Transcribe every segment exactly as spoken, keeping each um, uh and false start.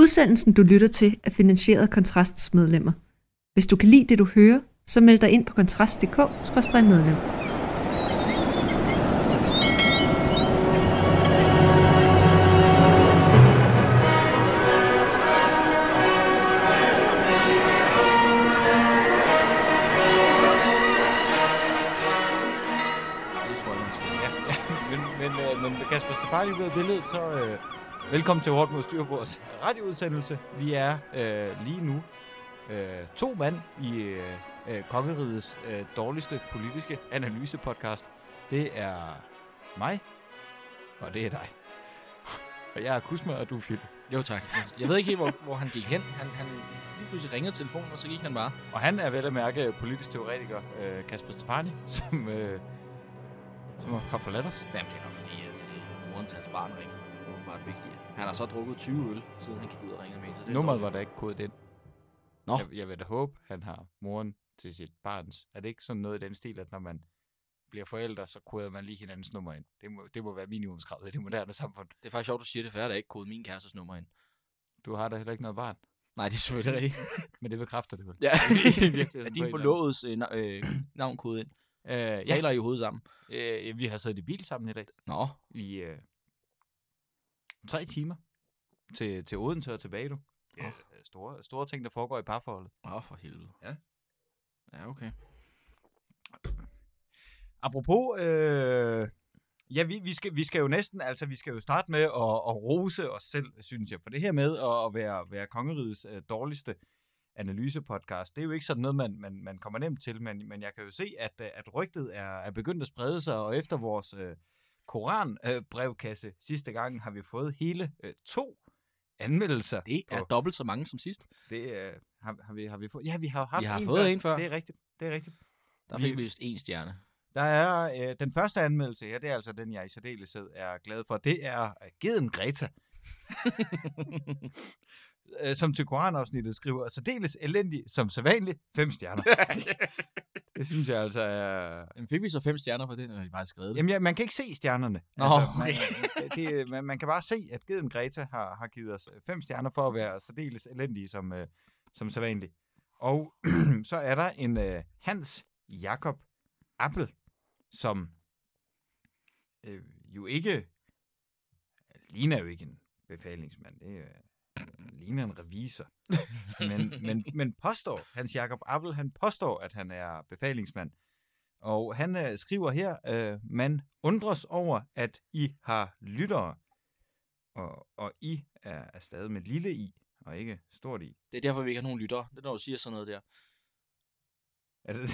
Udsendelsen, du lytter til, er finansieret af Kontrasts medlemmer. Hvis du kan lide det, du hører, så meld dig ind på kontrast punktum d k skråstreg medlem. Men Kasper Stefani ved billedet, så øh, velkommen til Hårdt mod Styrbords radioudsendelse. Vi er øh, lige nu øh, to mand i øh, øh, kongerigets øh, dårligste politiske analysepodcast. Det er mig, og det er dig. Og jeg er Kusma, og du er Philip. Jo tak. Jeg ved ikke helt, hvor, hvor han gik hen. Han, han lige pludselig ringede telefonen, og så gik han bare. Og han er vel at mærke politisk teoretiker, øh, Kasper Stefani, som, øh, som har forladt os. Jamen, det er nok fordi, at øh, moren til hans barn ringede. Det var bare vigtigt. Han har så drukket tyve øl, siden han gik ud og ringede med. Så det nummeret var der ikke kodet ind. Nå. Jeg, jeg vil da håbe, han har moren til sit barns. Er det ikke sådan noget i den stil, at når man bliver forældre, så koder man lige hinandens nummer ind? Det må, det må være minimumskravet i det moderne samfund. Det er faktisk sjovt, du siger det, for jeg har da ikke kodet min kærestes nummer ind. Du har da heller ikke noget barn. Nej, det er selvfølgelig rigtigt. Men det bekræfter det vel? Ja, er din forlovedes øh, øh, navn kodet ind? Øh, Taler ja. I hovedet sammen? Øh, vi har siddet i bil sammen i dag. Nå. I øh, tre timer til, til Odense og tilbage, du. Ja, store, store ting, der foregår i parforholdet. Åh, oh, for helvede. Ja. Ja, okay. Apropos, øh, ja, vi, vi, skal, vi skal jo næsten, altså vi skal jo starte med at, at rose os selv, synes jeg, for det her med at, at være, være kongerigets øh, dårligste analysepodcast. Det er jo ikke sådan noget, man, man, man kommer nemt til, men, men jeg kan jo se, at, at rygtet er, er begyndt at sprede sig, og efter vores øh, Koran-brevkasse øh, sidste gang har vi fået hele øh, to anmeldelser. Det er på, dobbelt så mange som sidst. Det øh, har, har, vi, har vi fået. Ja, vi har haft vi har en, fået før. en før. Det er rigtigt. Det er rigtigt. Der fik vi vist en stjerne. Der er øh, den første anmeldelse her, det er altså den, jeg i særdeleshed er glad for. Det er uh, Geden Greta. Som til Koranafsnittet skriver, særdeles elendig som sædvanligt, fem stjerner. Det synes jeg altså er... Men fik vi så fem stjerner for det, når de bare skrevet det? Jamen, ja, man kan ikke se stjernerne. Nå, altså, okay. man, det, man, man kan bare se, at Geden Greta har, har givet os fem stjerner for at være særdeles elendige som, uh, som sædvanligt. Og så er der en uh, Hans Jakob Appel, som øh, jo ikke ligner jo ikke en befalingsmand. Det er ligner en revisor. men, men, men påstår, Hans Jakob Appel, han påstår, at han er befalingsmand. Og han øh, skriver her, øh, man undres over, at I har lyttere, og, og I er, er stadig med lille i, og ikke stort i. Det er derfor, vi ikke har nogen lyttere. Det er, når du siger sådan noget der. Er det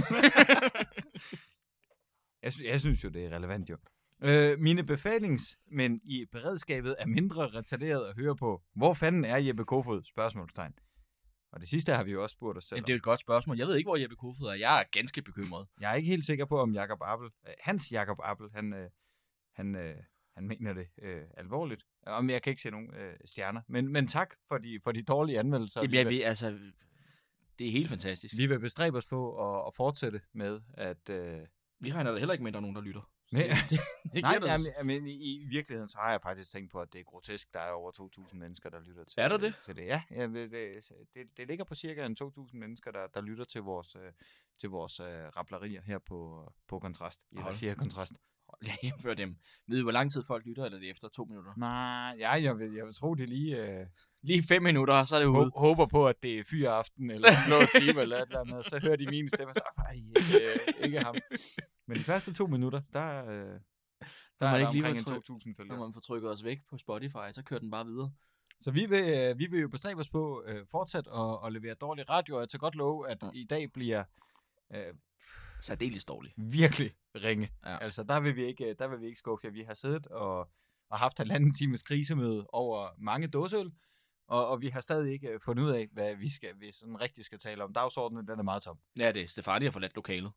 jeg, sy- jeg synes jo, det er relevant jo. Øh, mine befalingsmænd i beredskabet er mindre retarderet at høre på. Hvor fanden er Jeppe Kofod? Spørgsmålstegn. Og det sidste har vi jo også spurgt os selv. Jamen, det er et godt spørgsmål. Jeg ved ikke, hvor Jeppe Kofod er. Jeg er ganske bekymret. Jeg er ikke helt sikker på, om Jakob Appel, øh, Hans Jakob Appel, han, øh, han, øh, han mener det øh, alvorligt. Om jeg kan ikke se nogen øh, stjerner. Men, men tak for de, for de dårlige anmeldelser. Jamen, jeg ved, altså, det er helt fantastisk. Vi vil bestræbe os på at, at fortsætte med, at... Øh, vi regner da heller ikke med, at der er nogen, der lytter. Men, det, det nej, jamen, jamen, i, i virkeligheden så har jeg faktisk tænkt på, at det er grotesk. Der er over to tusind mennesker, der lytter til, er der det? til det. Ja, ja det, det, det ligger på cirka en to tusind mennesker, der, der lytter til vores, øh, til vores øh, rablerier her på, på Kontrast. I Regi Kontrast. Jeg hjemfører dem. Ved du, hvor lang tid folk lytter, eller er det efter to minutter? Nej, ja, jeg, vil, jeg vil tro, det er lige... Øh, lige fem minutter, så er det ude. Hå- håber på, at det er fyraften, eller en blå time, eller et eller andet. Så hører de mine stemmer, så ej, ikke, ikke ham. Men de første to minutter, der, øh, der man er ikke der lige omkring en tryk, to tusind følgere. Når man får trykket os væk på Spotify, så kører den bare videre. Så vi vil, øh, vi vil jo bestræbe os på øh, fortsat at, at levere dårlig radio, og jeg tager godt love, at mm. i dag bliver... Øh, særdeles dårlig. Virkelig ringe. Ja. Altså, der vil vi ikke, der vil vi ikke skuffe. Vi har siddet og, og haft halvanden times krisemøde over mange dåseøl, og, og vi har stadig ikke fundet ud af, hvad vi skal, vi sådan rigtig skal tale om. Dagsordenen, den er meget tom. Ja, det er Stefani har forladt lokalet.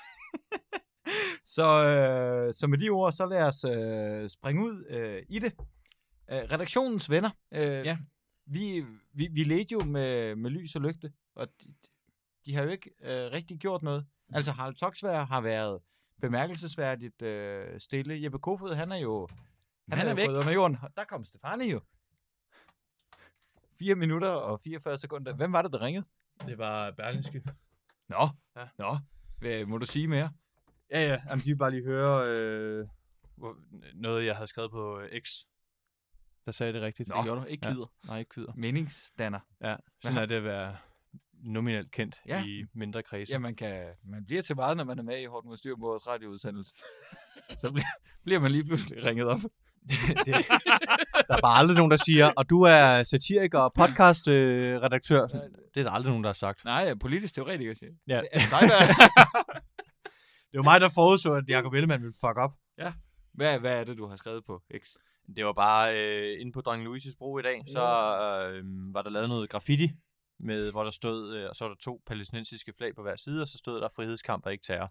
så, øh, så med de ord, så lad os øh, springe ud øh, i det. Øh, redaktionens venner. Øh, ja. Vi, vi, vi ledte jo med, med lys og lygte, og de, de har jo ikke øh, rigtig gjort noget. Altså, Harald Toksvær har været bemærkelsesværdigt øh, stille. Jeppe Kofod, han er jo... Han, han er, er væk. Under jorden. Der kom Stefani jo. fire minutter og fireogfyrre sekunder. Hvem var det, der ringede? Det var Berlingske. Nå, Ja. nå. Hvad, må du sige mere? Ja, ja. Jamen, de vil bare lige høre øh, hvor, noget, jeg havde skrevet på øh, X. Der sagde jeg det rigtigt. Nå. Det gjorde du. Ikke kvider. Ja. Nej, ikke kvider. Meningsdanner. Ja, sådan Hvad? er det at være nominelt kendt Ja. i mindre kredse. Ja, man, kan, man bliver til meget, når man er med i Horten med styr på vores radioudsendelse. Så bliver, bliver man lige pludselig ringet op. det, der er bare aldrig nogen, der siger, og du er satiriker og podcastredaktør. Øh, det er der aldrig nogen, der har sagt. Nej, politisk teoretiker, siger jeg. Ja. Det er dig, der... Det var mig, der forudså, at Jacob Ellemann ville fuck op. hvad, hvad er det, du har skrevet på X? Det var bare øh, inde på Dronning Louises Bro i dag, så øh, var der lavet noget graffiti, med, hvor der stod, øh, og så var der to palæstinensiske flag på hver side, og så stod der frihedskamp og ikke terror.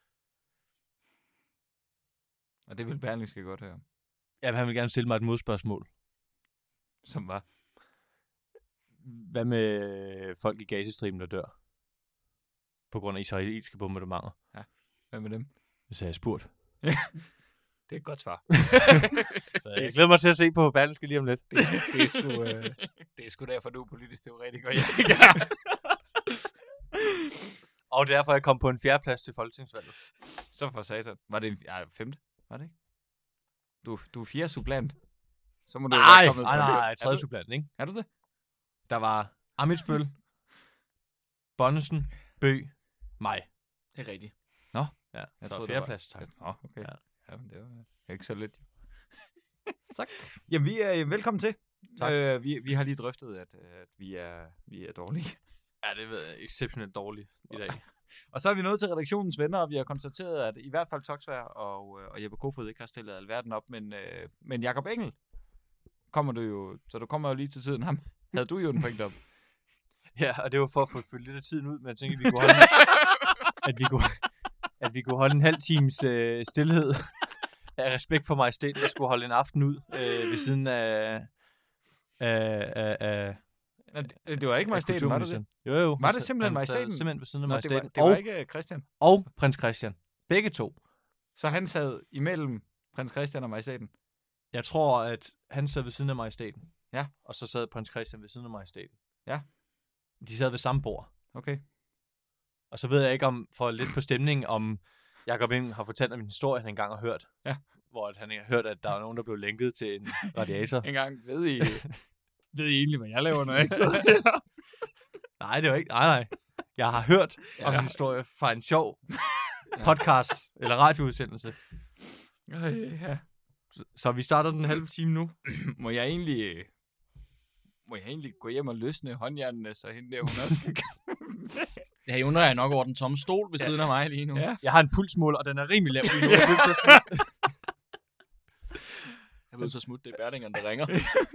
Og det vil Berlingske godt høre. Jamen, han vil gerne stille mig et modspørgsmål. Som var... Hvad med folk i Gazastriben, der dør? På grund af israelske bombardementer. Hvad med dem? Så jeg spurgt. Det er et godt svar. Så jeg glæder mig til at se på Berlingske lige om lidt. Det, det, er sgu, øh, det er sgu derfor, du er politisk teoretiker. Ja. Og derfor er jeg kommet på en fjerdeplads til folketingsvalget. Så for satan. Var det en ja, femte? Var det ikke? Du, du er fjerde supplant. Så må du Nej, være kommet nej, på- nej, Er tredje du- supplant, ikke? Er du det? Der var Amitsbøl, Bonnesen, Bø, mig. Det er rigtigt. Ja, Jeg så troede, det fjerdeplads, tak. Nå, okay. Ja. Ja. Jamen, det var ikke så lidt. Tak. Jamen, vi er øh, velkommen til. Tak. Øh, vi, vi har lige drøftet, at, at vi, er, vi er dårlige. Ja, det er exceptionelt dårligt i dag. Og så er vi nået til redaktionens venner, og vi har konstateret, at i hvert fald Toksvær og, øh, og Jeppe Kofod ikke har stillet alverden op, men, øh, men Jakob Engel kommer du jo, så du kommer jo lige til tiden. Ham havde du jo en point op. Ja, og det var for at få fyldt lidt af tiden ud, men jeg tænkte, at vi kunne holde, at vi kunne, at vi kunne holde en halv times øh, stillhed af respekt for majestæt, og skulle holde en aften ud øh, ved siden af... af, af, af Men det, det var ikke majestæten, var det det? Jo, jo. Var det Han- simpelthen han sad majestæten? Simpelthen ved siden af Nå, det var, majestæten. det var og, ikke Christian. og prins Christian. Begge to. Så han sad imellem prins Christian og majestæten. Jeg tror, at han sad ved siden af majestæten. Ja. Og så sad prins Christian ved siden af majestæten. Ja. De sad ved samme bord. Okay. Og så ved jeg ikke, om for lidt på stemning, om Jacob Engel har fortalt om en historie, han engang har hørt. Ja. Hvor at han har hørt, at der er nogen, der blev lænket til en radiator. En gang ved I, ved I egentlig, hvad jeg laver, når jeg ikke så Nej, det var ikke. Nej, nej. Jeg har hørt ja. om en historie fra en sjov podcast eller radioudsendelse. ja. Så, så vi starter den halve time nu. Må jeg egentlig... Må jeg egentlig gå hjem og løsne håndjernene, så hende der, hun også kan... Ja, undrer jeg nok over den tomme stol ved siden af mig lige nu. Ja. Jeg har en pulsmål, og den er rimelig lav lige nu. Jeg er nødt til at smide. Jeg ved så smut, det er Berlingeren, der ringer.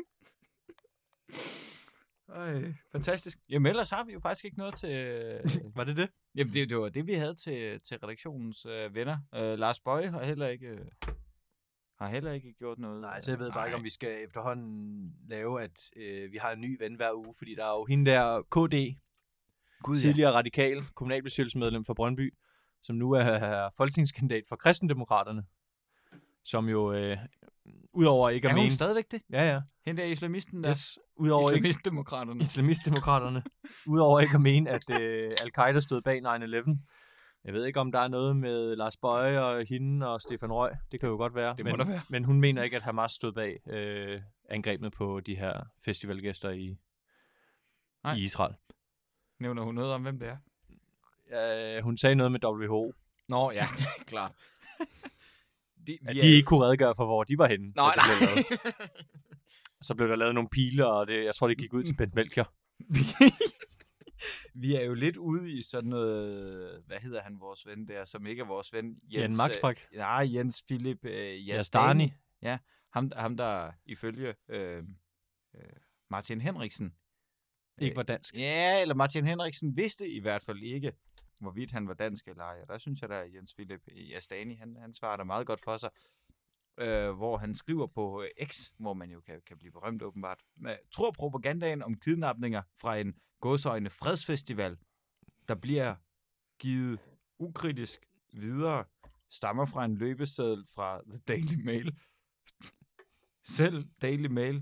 Øj, fantastisk. Jamen ellers har vi jo faktisk ikke noget til... Var det det? Jamen det, det var det, vi havde til, til redaktionens øh, venner. Øh, Lars Bøje har heller ikke... Øh, har heller ikke gjort noget. Nej, så jeg ved bare Nej. ikke, om vi skal efterhånden lave, at øh, vi har en ny ven hver uge, fordi der er jo hende der K D, Gud, tidligere radikal, kommunalbestyrelsesmedlem for Brøndby, som nu er folketingskandidat for Kristendemokraterne, som jo, øh, udover ikke Er at hun mene... stadigvæk det? Ja, ja. Hende der islamisten der? Yes, udover ikke... Islamistdemokraterne. Islamistdemokraterne. Udover ikke at mene, at øh, Al-Qaida stod bag nine elleve. Jeg ved ikke, om der er noget med Lars Bøje og hende og Stefan Røg. Det kan jo godt være. Det må men, der være. Men hun mener ikke, at Hamas stod bag øh, angrebene på de her festivalgæster i, Nej. i Israel. Nævner hun noget om, hvem det er? Øh, hun sagde noget med W H O. Nå, ja, klart. De, At de ikke kunne redegøre for, hvor de var henne. Nej, da det blev nej. lavet. Så blev der lavet nogle piler, og det, jeg tror, det gik ud til Bent Melchior. Vi er jo lidt ude i sådan noget, hvad hedder han, vores ven der, som ikke er vores ven? Jens, Jan Maxbak. Øh, nej, Jens Philip øh, Jasdani. Ja, ham, ham der ifølge øh, øh, Martin Henriksen. Ikke var dansk. Ja, eller Martin Henriksen vidste i hvert fald ikke, hvorvidt han var dansk eller ej. Og der synes jeg, der er Jens Philip Jasdani, han, han svarer der meget godt for sig. Øh, hvor han skriver på øh, X, hvor man jo kan, kan blive berømt åbenbart. Men, tror propagandaen om kidnapninger fra en gåseøjne fredsfestival, der bliver givet ukritisk videre, stammer fra en løbeseddel fra The Daily Mail. Selv Daily Mail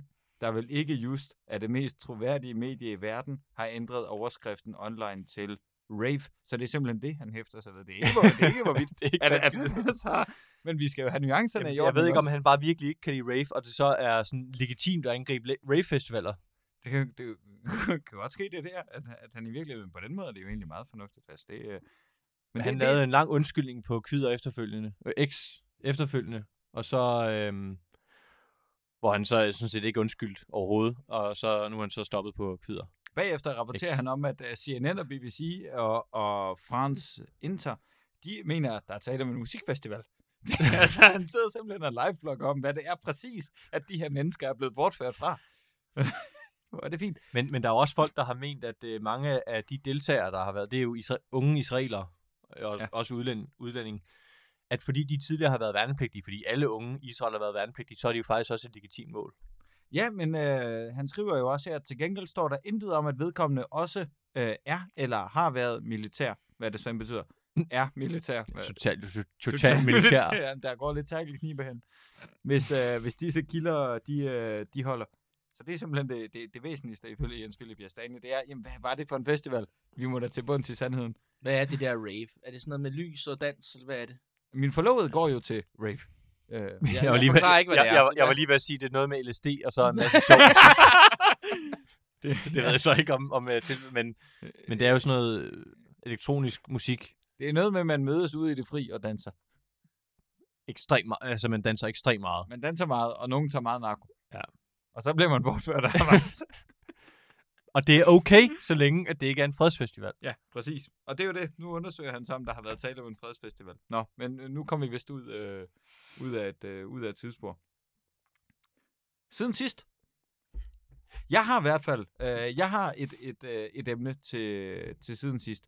der vel ikke just er det mest troværdige medie i verden, har ændret overskriften online til rave. Så det er simpelthen det, han hæfter sig ved. Det er ikke, hvor, det er ikke hvorvidt. det er ikke, at, at, at, så, men vi skal jo have nuancerne Jamen, i orden. Jeg ved ikke, også. om han bare virkelig ikke kan lide rave, og det så er sådan legitimt at angribe rave-festivaler. Det kan, det kan godt ske, det der, at, at han i virkeligheden på den måde, det er jo egentlig meget fornuftigt. Altså, det, øh, men han det, lavede det, en lang undskyldning på Kvider efterfølgende, øh, X efterfølgende, og så, øhm, hvor han så sådan set ikke undskyldt overhovedet, og så nu er han så stoppet på Kvider. Bagefter rapporterer X. han om, at C N N og B B C og, og France Inter, de mener, at der er tale om en musikfestival. Altså, han sidder simpelthen og live-blogger om, hvad det er præcis, at de her mennesker er blevet bortført fra. Hvor er det fint. Men, men der er også folk, der har ment, at øh, mange af de deltagere, der har været, det er jo isra- unge israelere, og ja. også udlænd- udlændinge, at fordi de tidligere har været værnepligtige, fordi alle unge i Israel har været værnepligtige, så er det jo faktisk også et legitimt mål. Ja, men øh, han skriver jo også her, at til gengæld står der intet om, at vedkommende også øh, er eller har været militær. Hvad det så end betyder. Er militær. Totalt total militær. Ja, der går lidt tærkelknibe hen. Hvis, øh, hvis disse kilder, de, øh, de holder. Så det er simpelthen det, det, det væsentligste ifølge Jens Philip Jastani. Det er, jamen, hvad var det for en festival? Vi må da til bund til sandheden. Hvad er det der rave? Er det sådan noget med lys og dans, eller hvad er det? Min forlovede går jo til rave. Øh, jeg, jeg, var lige ved, ikke, hvad jeg, det er. Jeg, jeg, jeg var lige ved at sige, at det er noget med L S D, og så en masse sjov. det, det ved jeg så ikke om, om til, men, men det er jo sådan noget elektronisk musik. Det er noget med, at man mødes ude i det fri og danser. Ekstremt meget. Altså, man danser ekstremt meget. Man danser meget, og nogen tager meget narko. Ja. Og så bliver man bortført af Og det er okay, så længe at det ikke er en fredsfestival. Ja, præcis. Og det er jo det. Nu undersøger han så, om der har været tale om en fredsfestival. Nå, men nu kommer vi vist ud, øh, ud, af et, øh, ud af et tidsspor. Siden sidst. Jeg har i hvert fald, øh, jeg har et, et, øh, et emne til, til siden sidst.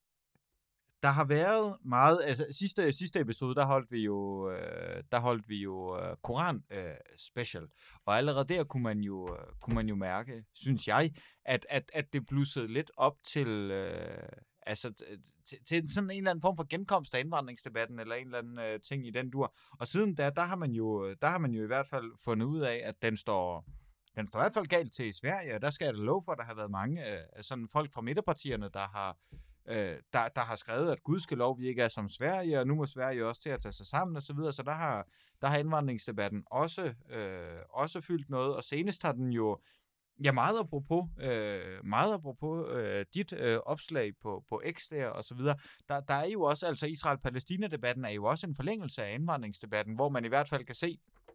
Der har været meget, altså sidste, sidste episode, der holdt vi jo, øh, der holdt vi jo øh, Koran øh, special, og allerede der kunne man jo, øh, kunne man jo mærke, synes jeg, at, at, at det blussede lidt op til, øh, altså til, til sådan en eller anden form for genkomst af indvandringsdebatten, eller en eller anden øh, ting i den dur. Og siden da, der har man jo, der har man jo i hvert fald fundet ud af, at den står, den står i hvert fald galt til i Sverige, og der skal jeg da love for, at der har været mange øh, sådan folk fra midterpartierne, der har Øh, der, der har skrevet, at gudskelov vi ikke er som Sverige, og nu må Sverige også til at tage sig sammen og så videre, så der har, der har indvandringsdebatten også, øh, også fyldt noget, og senest har den jo, ja meget apropos, øh, meget apropos øh, dit øh, opslag på, på X der og så videre, der, der er jo også, altså Israel-Palæstina-debatten er jo også en forlængelse af indvandringsdebatten, hvor man i hvert fald kan se,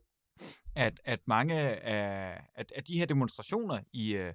at, at mange af at, at de her demonstrationer i øh,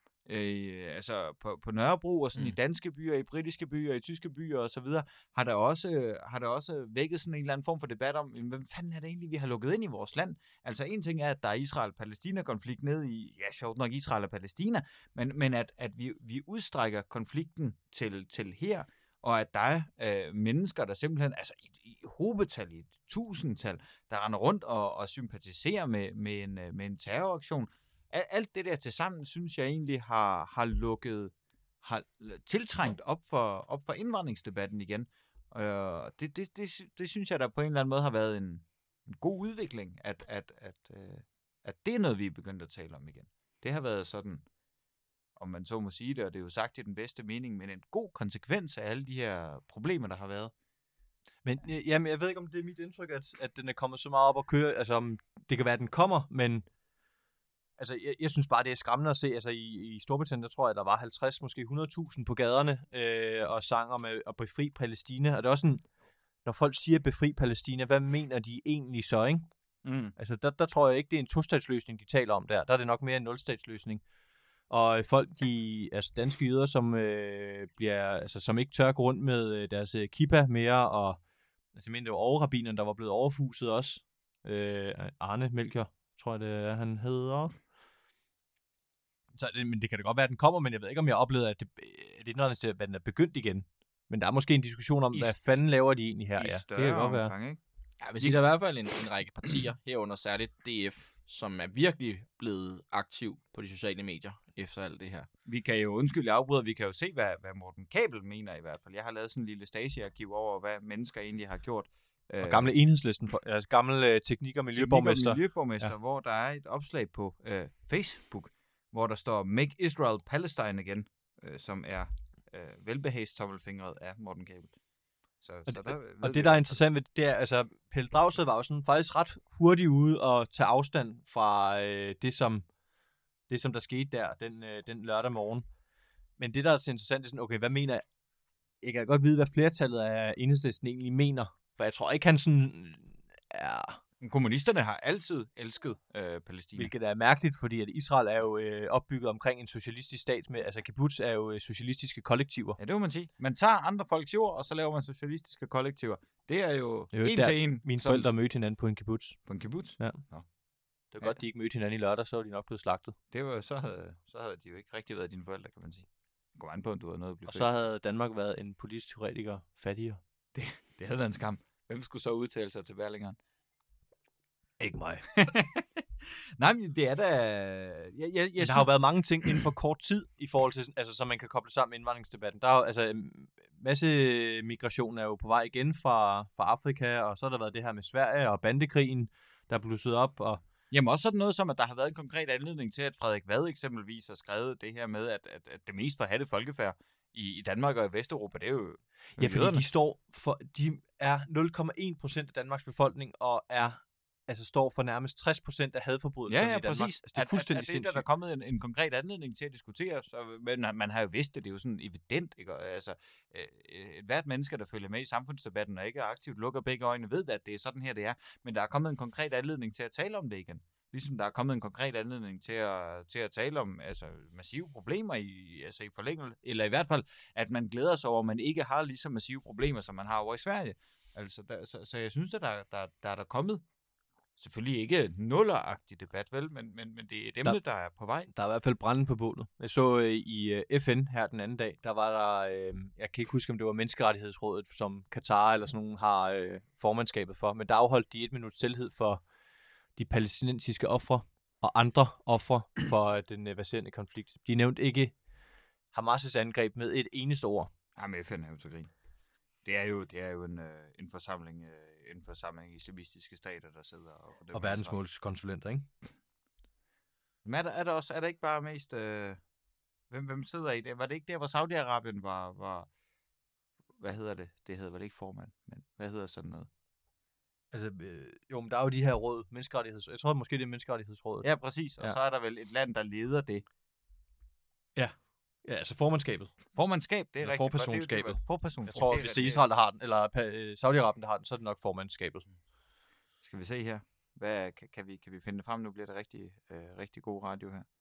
Øh, altså på, på Nørrebro og sådan mm. i danske byer, i britiske byer, i tyske byer og så videre, har der også har der også vækket sådan en eller anden form for debat om, hvem fanden er det egentlig, vi har lukket ind i vores land? Altså en ting er, at der er Israel-Palæstina-konflikt ned i, ja sjovt nok Israel og Palæstina, men, men at, at vi, vi udstrækker konflikten til, til her, og at der er øh, mennesker, der simpelthen, altså i, i hobetal, i tusindtal, der render rundt og, og sympatiserer med, med, en, med en terroraktion. Alt det der til sammen, synes jeg egentlig har, har lukket, har tiltrængt op for, op for indvandringsdebatten igen. Øh, det, det, det, det synes jeg, der på en eller anden måde har været en, en god udvikling, at, at, at, øh, at det er noget, vi er begyndt at tale om igen. Det har været sådan, om man så må sige det, og det er jo sagt i den bedste mening, men en god konsekvens af alle de her problemer, der har været. Men jamen, jeg ved ikke, om det er mit indtryk, at, at den er kommet så meget op at køre. Altså, om det kan være, at den kommer, men altså, jeg, jeg synes bare, det er skræmmende at se. Altså, i, i Storbritannien, der tror jeg, der var halvtreds, måske hundrede tusind på gaderne øh, og sang om at, at befri Palæstina. Og det er også sådan, når folk siger befri Palæstina, hvad mener de egentlig så, ikke? Mm. Altså, der, der tror jeg ikke, det er en tostatsløsning, de taler om der. Der er det nok mere en nulstatsløsning. Og folk, de, altså danske jøder, som, øh, bliver, altså, som ikke tør gå rundt med deres øh, kippa mere, og altså, men det var overrabineren, der var blevet overfuset også. Øh, Arne Melchior, tror jeg, det er, han hedder. Så, men det kan da godt være, at den kommer, men jeg ved ikke, om jeg har oplevet, at det, at indvandringsdebatten er begyndt igen. Men der er måske en diskussion om, I, hvad fanden laver de egentlig her? Ja, det kan godt være. Omfang, ikke? Ja, jeg vil sige, der er i hvert fald en, en række partier, herunder særligt D F, som er virkelig blevet aktiv på de sociale medier efter alt det her. Vi kan jo, undskyld, jeg afbryder, vi kan jo se, hvad, hvad Morten Kabel mener i hvert fald. Jeg har lavet sådan en lille Stasi-arkiv over, hvad mennesker egentlig har gjort Og gamle enhedslisten, for, altså gamle øh, teknik- og miljøborgmester. Teknik- og miljøborgmester, Ja. hvor der er et opslag på øh, Facebook, hvor der står Make Israel Palestine again, øh, som er øh, velbehæst tommelfingret af Morten Kabel. Så, Og, så der ved og vi det, der er godt, interessant ved det, det er, altså, Pelle Dragsted var jo sådan faktisk ret hurtigt ude og tage afstand fra øh, det, som, det, som der skete der den, øh, den lørdag morgen. Men det, der er så interessant, det er sådan, okay, hvad mener jeg? Jeg kan godt vide, hvad flertallet af Enhedslisten egentlig mener. For jeg tror ikke, han sådan er... Kommunisterne har altid elsket øh, Palæstina. Hvilket er mærkeligt, fordi at Israel er jo øh, opbygget omkring en socialistisk stat. Med, altså kibbutz er jo øh, socialistiske kollektiver. Ja, det må man sige. Man tager andre folks jord, og så laver man socialistiske kollektiver. Det er jo Det er jo en der, til en. Mine som- forældre mødte hinanden på en kibbutz. På en kibbutz? Ja. Nå. Det var godt, de ikke mødte hinanden i lørdag, så var de nok blevet slagtet. Det var, så, havde, så havde de jo ikke rigtig været dine forældre, kan man sige. Det går an på, om du havde noget at blive Og født. så havde Danmark været en politisk teoretiker fattigere. Det havde været en skam. Hvem skulle så udtale sig til Berlingeren? Ikke mig. Nej, men det er da... Jeg, jeg, jeg Men der har jo været mange ting inden for kort tid, i forhold til, altså, som man kan koble sammen med indvandringsdebatten. Der er jo, altså, en masse migration er jo på vej igen fra, fra Afrika, og så har der været det her med Sverige og bandekrigen, der er blusset op, og Jamen også sådan noget som, at der har været en konkret anledning til, at Frederik Vad eksempelvis har skrevet det her med, at, at, at det mest forhatte folkefærd i, i Danmark og i Vesteuropa, det er jo ja, fordi jøderne. de står for, de er nul komma en procent af Danmarks befolkning, og er, altså står for nærmest tres procent af hadforbrydelserne Ja, ja, i Danmark. præcis. Altså, det er fuldstændig at, at, at det, der er sindssygt. kommet en, en konkret anledning til at diskutere, så, men man har jo vidst det, det er jo sådan evident, ikke? Og, altså, øh, et hvert menneske, der følger med i samfundsdebatten og ikke er aktivt lukker begge øjne, ved at det er sådan her, det er, men der er kommet en konkret anledning til at tale om det igen. Ligesom der er kommet en konkret anledning til at, til at tale om altså, massive problemer i, altså, i forlængelse, eller i hvert fald, at man glæder sig over, at man ikke har lige så massive problemer, som man har over i Sverige. Altså, der, så, så jeg synes, at der, der, der er der kommet selvfølgelig ikke nulleragtig debat, vel, men, men, men det er et emne, der, der er på vej. Der er i hvert fald branden på bålet. Jeg så øh, i øh, F N her den anden dag, der var der, øh, jeg kan ikke huske, om det var Menneskerettighedsrådet, som Katar eller sådan nogen har øh, formandskabet for, men der afholdt de et minut stilhed for de palæstinensiske ofre og andre ofre for den øh, verserende konflikt. De nævnte ikke Hamas' angreb med et eneste ord. Jamen, F N er jo til grin. Det er jo, det er jo en, øh, en forsamling, øh, en forsamling islamistiske stater, der sidder og fordømmer Og Israel. verdensmålskonsulenter, ikke? Men er der, er der også, er der ikke bare mest, øh, hvem, hvem sidder i det? Var det ikke der, hvor Saudi-Arabien var, var, hvad hedder det? Det hedder vel ikke formand, men hvad hedder sådan noget? Altså, øh, jo, men der er jo de her råd, menneskerettigheds... Jeg tror måske, det er menneskerettighedsrådet. Ja, præcis. Og Ja. ja. så er der vel et land, der leder det. Ja, altså formandskabet. Formandskab, det er Eller rigtigt. forpersonskabet. Det er, forperson. Jeg tror, det hvis det er Israel, der har den, eller øh, Saudi-Arabien, der har den, så er det nok formandskabet. Skal vi se her. Hvad, kan, kan, vi, kan vi finde det frem? Nu bliver det rigtig, øh, rigtig god radio her.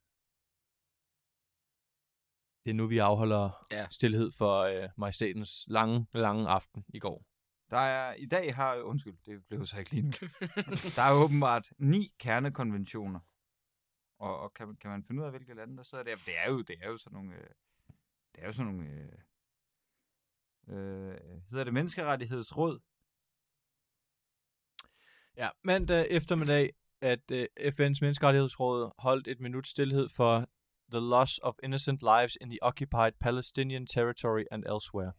Det er nu, vi afholder Ja. stillhed for øh, majestatens lange, lange aften i går. Der er, i dag har, undskyld, det blev så ikke lige nu. Der er åbenbart ni kernekonventioner. Og, og kan, man- kan man finde ud af, hvilke lande der sidder der? Det er jo, det er jo sådan nogle, øh, det er jo sådan nogle, øh, øh, hedder det menneskerettighedsråd? Ja, mandag eftermiddag, at øh, F N's menneskerettighedsråd holdt et minut stillhed for the loss of innocent lives in the occupied Palestinian territory and elsewhere.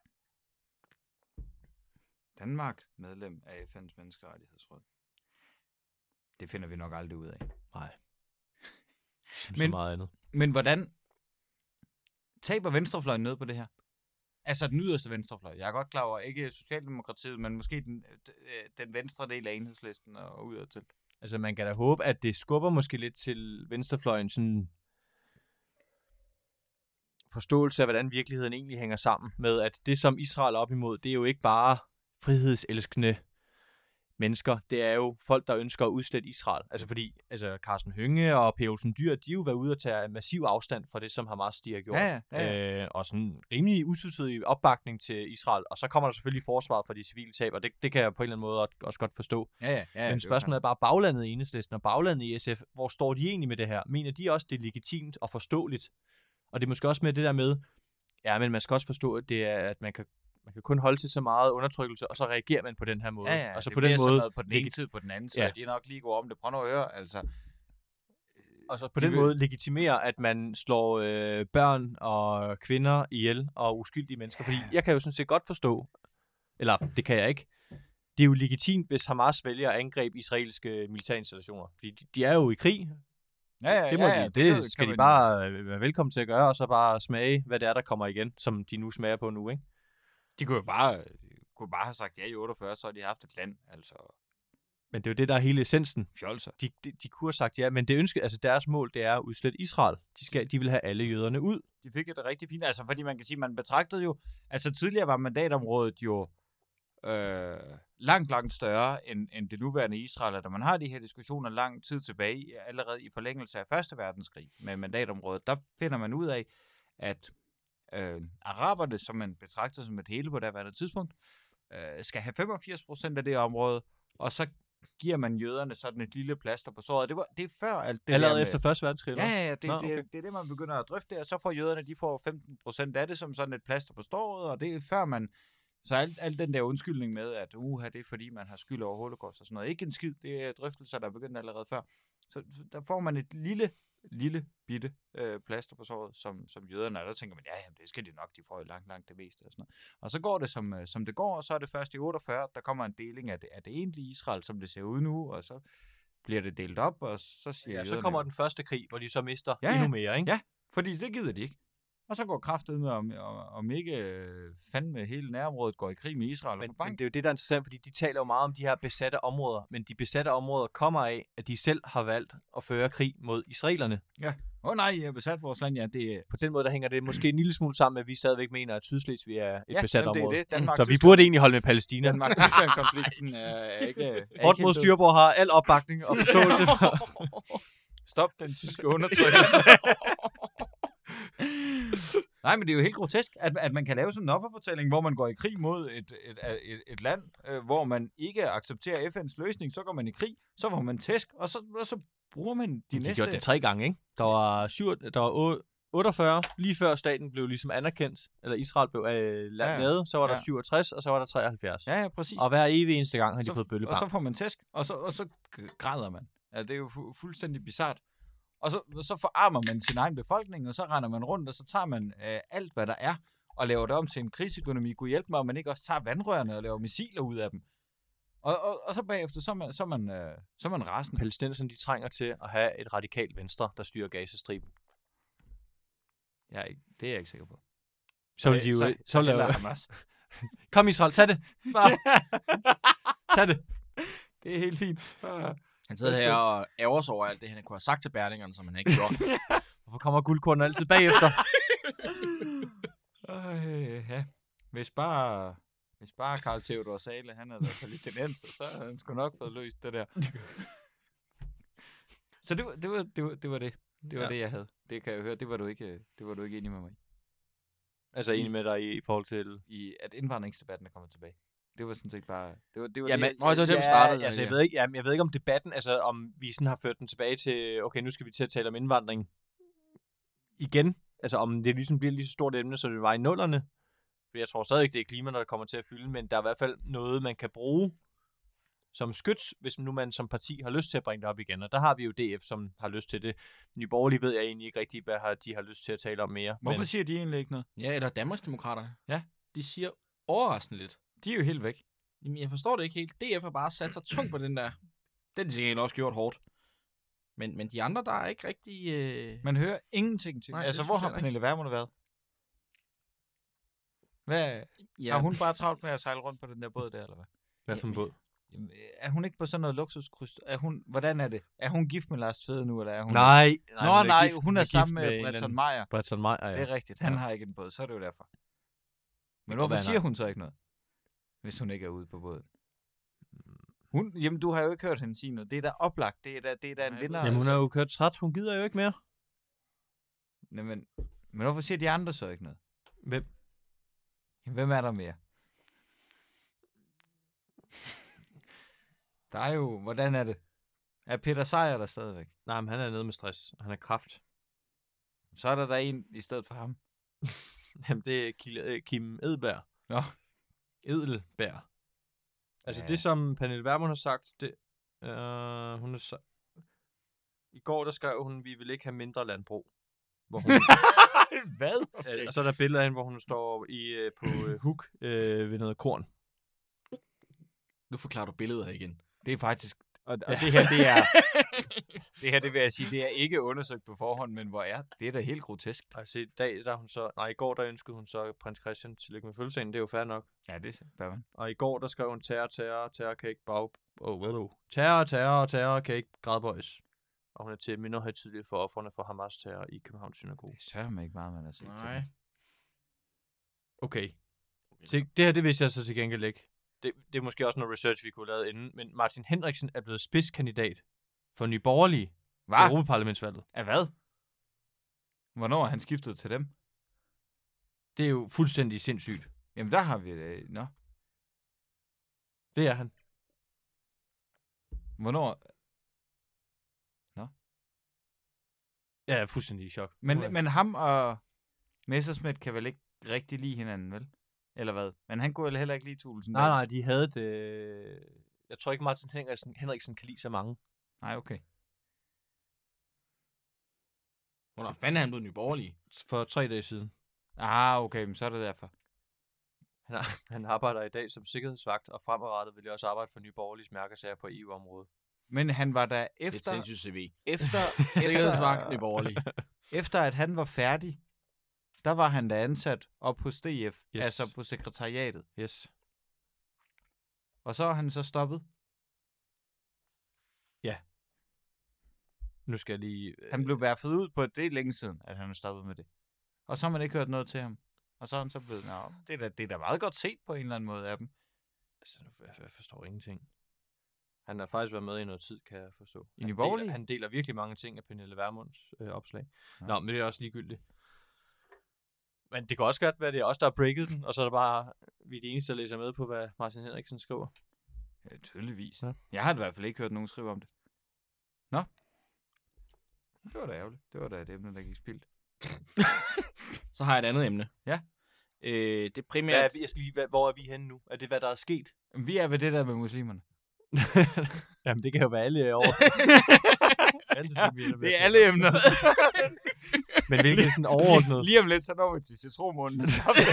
Danmark, medlem af F N's menneskerettighedsråd. Det finder vi nok aldrig ud af. Nej. Som Men- så meget andet. Men hvordan taber venstrefløjen noget på det her? Altså den yderste venstrefløj. Jeg er godt klar over, ikke Socialdemokratiet, men måske den, øh, den venstre del af Enhedslisten og udadtil. Altså, man kan da håbe, at det skubber måske lidt til venstrefløjen sådan forståelse af, hvordan virkeligheden egentlig hænger sammen med, at det, som Israel er op imod, det er jo ikke bare frihedselskende mennesker. Det er jo folk, der ønsker at udslette Israel. Altså fordi altså Carsten Hønge og P. Olsen Dyhr, de er jo været ude og tage massiv afstand fra det, som Hamas de har gjort. Ja, ja, ja, ja. Øh, og sådan rimelig utvetydig opbakning til Israel. Og så kommer der selvfølgelig forsvar for de civile tab, og det, det kan jeg på en eller anden måde også godt forstå. Ja, ja, ja. Men spørgsmålet er bare baglandet i Enhedslisten og baglandet i S F. Hvor står de egentlig med det her? Mener de også, det er legitimt og forståeligt? Og det er måske også med det der med, ja, men man skal også forstå, at det er, at man kan, man kan kun holde til så meget undertrykkelse, og så reagerer man på den her måde. Ja, ja, og så det på bliver den sådan måde, noget på den ene side, på den anden side. Ja. Ja. De er nok lige gode om det. Prøv nu at høre, altså. og så på de den vil- måde legitimere, at man slår øh, børn og kvinder ihjel og uskyldige mennesker. Fordi jeg kan jo sådan set godt forstå, eller det kan jeg ikke, det er jo legitimt, hvis Hamas vælger at angribe israelske militærinstallationer. Fordi de, de er jo i krig. Ja, ja, Det, må ja, de, ja, det, kan- det skal kan de man- bare øh, være velkommen til at gøre, og så bare smage, hvad det er, der kommer igen, som de nu smager på nu, ikke? De kunne jo bare, de kunne bare have sagt ja i otteogfyrre, så har de haft et land. Altså, Men det er jo det, der er hele essensen. fjolser. De, de, de kunne have sagt ja, men det ønske, altså deres mål, det er at udslette Israel. De, skal, de vil have alle jøderne ud. De fik det rigtig fint. Altså, fordi man kan sige, man betragtede jo... Altså, tidligere var mandatområdet jo øh, langt, langt større end, end det nuværende Israel. Og da man har de her diskussioner lang tid tilbage, allerede i forlængelse af Første Verdenskrig med mandatområdet, der finder man ud af, at øh, araberne, som man betragter som et hele på daværende tidspunkt, øh, skal have femogfirs procent af det område, og så giver man jøderne sådan et lille plaster på såret. Det, var, det er før alt det Allerede der med, efter første verdenskrig? Ja, ja, ja, det, Nå, Nå, okay. det, det er det, man begynder at drøfte, og så får jøderne, de får femten procent af det som sådan et plaster på såret, og det er før man, så alt, alt den der undskyldning med, at uha, det er fordi, man har skyld over holocaust og sådan noget. Ikke en skid, det er drøftelser, der er begyndt allerede før. Så, så der får man et lille, lille bitte øh, plaster på såret, som, som jøderne er. Der tænker man, ja, jamen, det skal de nok, de får jo langt, langt det meste og sådan noget. Og så går det, som, øh, som det går, og så er det først i otteogfyrre, der kommer en deling af det, af det egentlige Israel, som det ser ud nu, og så bliver det delt op, og så siger Ja, så jøderne kommer jo- den første krig, hvor de så mister Ja, ja. endnu mere, ikke? Ja. Fordi det gider de ikke. Og så går kraftet med, om, om, om ikke øh, fandme hele nærområdet går i krig med Israel. Men, og får men bank. det er jo det, der er interessant, fordi de taler jo meget om de her besatte områder, men de besatte områder kommer af, at de selv har valgt at føre krig mod israelerne. Åh oh, nej, jeg har besat vores land, ja. Det er... På den måde, der hænger det måske en lille smule sammen med, at vi stadigvæk mener, at Sydslesvig er et Ja, besat jamen, det er område. det. Danmark, Så vi Tyskland- burde egentlig holde med Palæstina. Danmark-Tyskland-konflikten er, er ikke... Er ikke Hårdt mod helt død. styrbord har al opbakning og forståelse for. Stop den tyske undertrykkelse. Nej, men det er jo helt grotesk, at, at man kan lave sådan en offerfortælling, hvor man går i krig mod et, et, et, et land, øh, hvor man ikke accepterer F N's løsning, så går man i krig, så får man tæsk, og så, og så bruger man de De næste... gjorde det tre gange, ikke? Der var, syv, der var otte- otteogfyrre, lige før staten blev ligesom anerkendt, eller Israel blev øh, Ja, ja. lavet, så var der Ja. syvogtres, og så var der treoghalvfjerds. Ja, ja, præcis. Og hver evig eneste gang har de så, fået og bøllebank. så får man tæsk, og så, og så g- græder man. Altså, det er jo fu- fuldstændig bizart. Og så, så forarmer man sin egen befolkning, og så render man rundt, og så tager man øh, alt, hvad der er, og laver det om til en krigsøkonomi. Gud hjælp mig, om man ikke også tager vandrørene og laver missiler ud af dem. Og, og, og så bagefter, så er man, så er man, øh, så er man rasende. Palæstinenserne, de trænger til at have et radikalt venstre, der styrer Gazastriben. Ja, ikke- det er jeg ikke sikker på. Så vil de jo... Så, så hellere lave... Hamas. Kom Israel, tag det! Bare, tag det! Det er helt fint. Bare- Han sidder her og ærger sig over alt det, han kunne have sagt til Berlingeren, som han ikke gjorde. Hvorfor kommer guldkornen altid bagefter? Øh, ja. Hvis bare, hvis bare Karl Theodor Sale, han havde været palæstinenser, så havde han sgu nok fået løst det der. Så det var det, var, det, var, det, var det. Det var Ja. det, jeg havde. Det kan jeg høre, det var du ikke, det var du ikke enig med mig i. Altså enig med dig i, i forhold til... I at indvandringsdebatten er kommet tilbage. Det var sådan set bare... Det var, det var Jamen, det, Nå, det var det, vi startede. Altså, jeg ja. ved ikke, jamen, jeg ved ikke om debatten, altså om vi sådan har ført den tilbage til, okay, nu skal vi til at tale om indvandring igen. Altså om det ligesom bliver lige så stort et emne, som det var i nullerne. For jeg tror stadig ikke, det er klima, der kommer til at fylde, men der er i hvert fald noget, man kan bruge som skyts, hvis nu man som parti har lyst til at bringe det op igen. Og der har vi jo D F, som har lyst til det. Nye Borgerlige ved jeg egentlig ikke rigtigt, hvad har, de har lyst til at tale om mere. Hvorfor Men siger de egentlig ikke noget? Ja, eller Danmarksdemokraterne. Ja. De siger overraskende lidt. De er jo helt væk. Jamen, jeg forstår det ikke helt. D F har bare sat sig tungt på den der. Den har de sikkert også gjort hårdt. Men, men de andre, der er ikke rigtig... Øh... Man hører ingenting til. Nej, Altså, det hvor synes har jeg ikke. Pernille Vermund været? Hvad, Ja, har hun bare travlt med at sejle rundt på den der båd der, eller hvad? hvad for en båd? Jamen, er hun ikke på sådan noget luksuskryds? Er hun, hvordan er det? Er hun gift med Lars Tvede nu, eller er hun... Nej, Nå, hun er nej, gift- hun er gift sammen med, en med eller Bretton anden- Meyer. Bretton Meyer, ja. Det er rigtigt. Han Ja. har ikke en båd, så er det jo derfor. Men godt hvorfor være, siger nej. hun så ikke noget? Hvis hun ikke er ude på båden. Hun, jamen, du har jo ikke hørt hende sige noget. Det er da oplagt. Det er da, det er da en Nej, vinder. Jamen, hun altså. er jo kørt træt. Hun gider jo ikke mere. Jamen, men hvorfor siger de andre så ikke noget? Hvem? Jamen, hvem er der mere? Der er jo, hvordan er det? Er Peter Sejer der stadigvæk? Nej, men han er nede med stress. Han er kraft. Så er der der en i stedet for ham. Jamen, det er Kil- øh, Kim Edberg. Nå. Edelberg. Altså, Ja. det som Pernille Vermund har sagt, det... Øh, hun har sa- I går, der skrev hun, vi vil ikke have mindre landbrug. Hvor hun, Hvad? okay. Og så er der billeder af hende, hvor hun står i, øh, på øh, huk øh, ved noget korn. Nu forklarer du billeder igen. Det er faktisk... Og, og det her, det er... det her, det vil jeg sige, det er ikke undersøgt på forhånd, men hvor er det er da helt grotesk. Altså i dag, der hun så... Nej, i går, der ønskede hun så prins Christian tillykke med fødselsdagen. Det er jo fair nok. Ja, det bør man. Og i går, der skrev hun terror, terror, terror kan ikke bag... Oh, well, oh. Terror, terror, terror kan ikke gradbøjes. Og hun er til mindre højtidligt for offerne for Hamas terror i Københavns synagoge. Det sørger mig ikke meget, man har set til Nej. det. Okay. Til, det her, det vidste jeg så til gengæld ikke. Det, det er måske også noget research, vi kunne have lavet inden. Men Martin Henriksen er blevet spidskandidat for Nye Borgerlige til Hvad? Europaparlamentsvalget. Af hvad? Hvornår er han skiftet til dem? Det er jo fuldstændig sindssygt. Jamen, der har vi det. Nå. Det er han. Hvornår? Jeg er fuldstændig i chok. Men, Nu er- men ham og Messerschmidt kan vel ikke rigtig lide hinanden, vel? Eller hvad? Men han kunne vel heller ikke lide Thulesen Nej, Dahl? nej, de havde det... Jeg tror ikke, Martin Henriksen, Henriksen kan lide så mange. Nej, okay. Hvornår fanden er han blevet Nye Borgerlige? For tre dage siden. Ah, okay, men så er det derfor. Han, ar- han arbejder i dag som sikkerhedsvagt, og fremadrettet vil jeg også arbejde for Nye Borgerliges mærkesager på E U-området. Men han var da Det er et efter, sindssygt C V. efter, Sikkerhedsvagt Nye Borgerlige. efter at han var færdig, der var han da ansat op hos D F, Yes. altså på sekretariatet. Yes. Og så er han så stoppet. Nu skal jeg lige... øh, Han blev værfet ud på, det er længe siden, at han er stoppet med det. Og så har man ikke hørt noget til ham. Og så er han så blevet, nå, det er da, det er da meget godt set på en eller anden måde af dem. Altså, jeg, jeg forstår ingenting. Han har faktisk været med i noget tid, kan jeg forstå. I Han Nye Borgerlige? deler, han deler virkelig mange ting af Pernille Vermunds øh, opslag. Ja. Nå, men det er også ligegyldigt. Men det kan også godt være, det er os, der har breaket den, og så er det bare, vi er de eneste, der læser med på, hvad Martin Henriksen skriver. Ja, tydeligvis. Ja. Jeg har i hvert fald ikke hørt nogen skrive om det. Nå. Det var da ærgerligt. Det var da et emne, der gik spildt. Så har jeg et andet emne. Ja. Øh, det er Hvad primært... er, vi- jeg skal lige, hvad, hvor er vi henne nu? Er det, hvad der er sket? Vi er ved det der med muslimerne. Jamen, det kan jo være alle år. Altid, Ja, vi ender med det er at alle tale om. emner. Men hvilket er sådan overordnet? Lige om lidt, så når vi til citronmunden.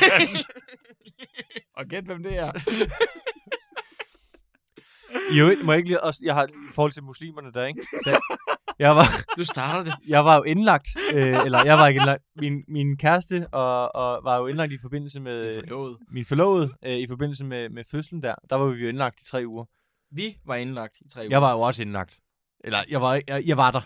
Og gæt, hvem det er. Jo, må jeg ikke lige også... Jeg har i forhold til muslimerne der, ikke? Da, jeg var... Nu starter det. Jeg var jo indlagt, øh, eller jeg var ikke indlagt, min, min kæreste og, og var jo indlagt i forbindelse med Det er forlovet. min forlovede, øh, i forbindelse med, med fødslen der. Der var vi jo indlagt i tre uger. Vi var indlagt i tre uger. Jeg var jo også indlagt. Eller, jeg var, jeg, jeg var der.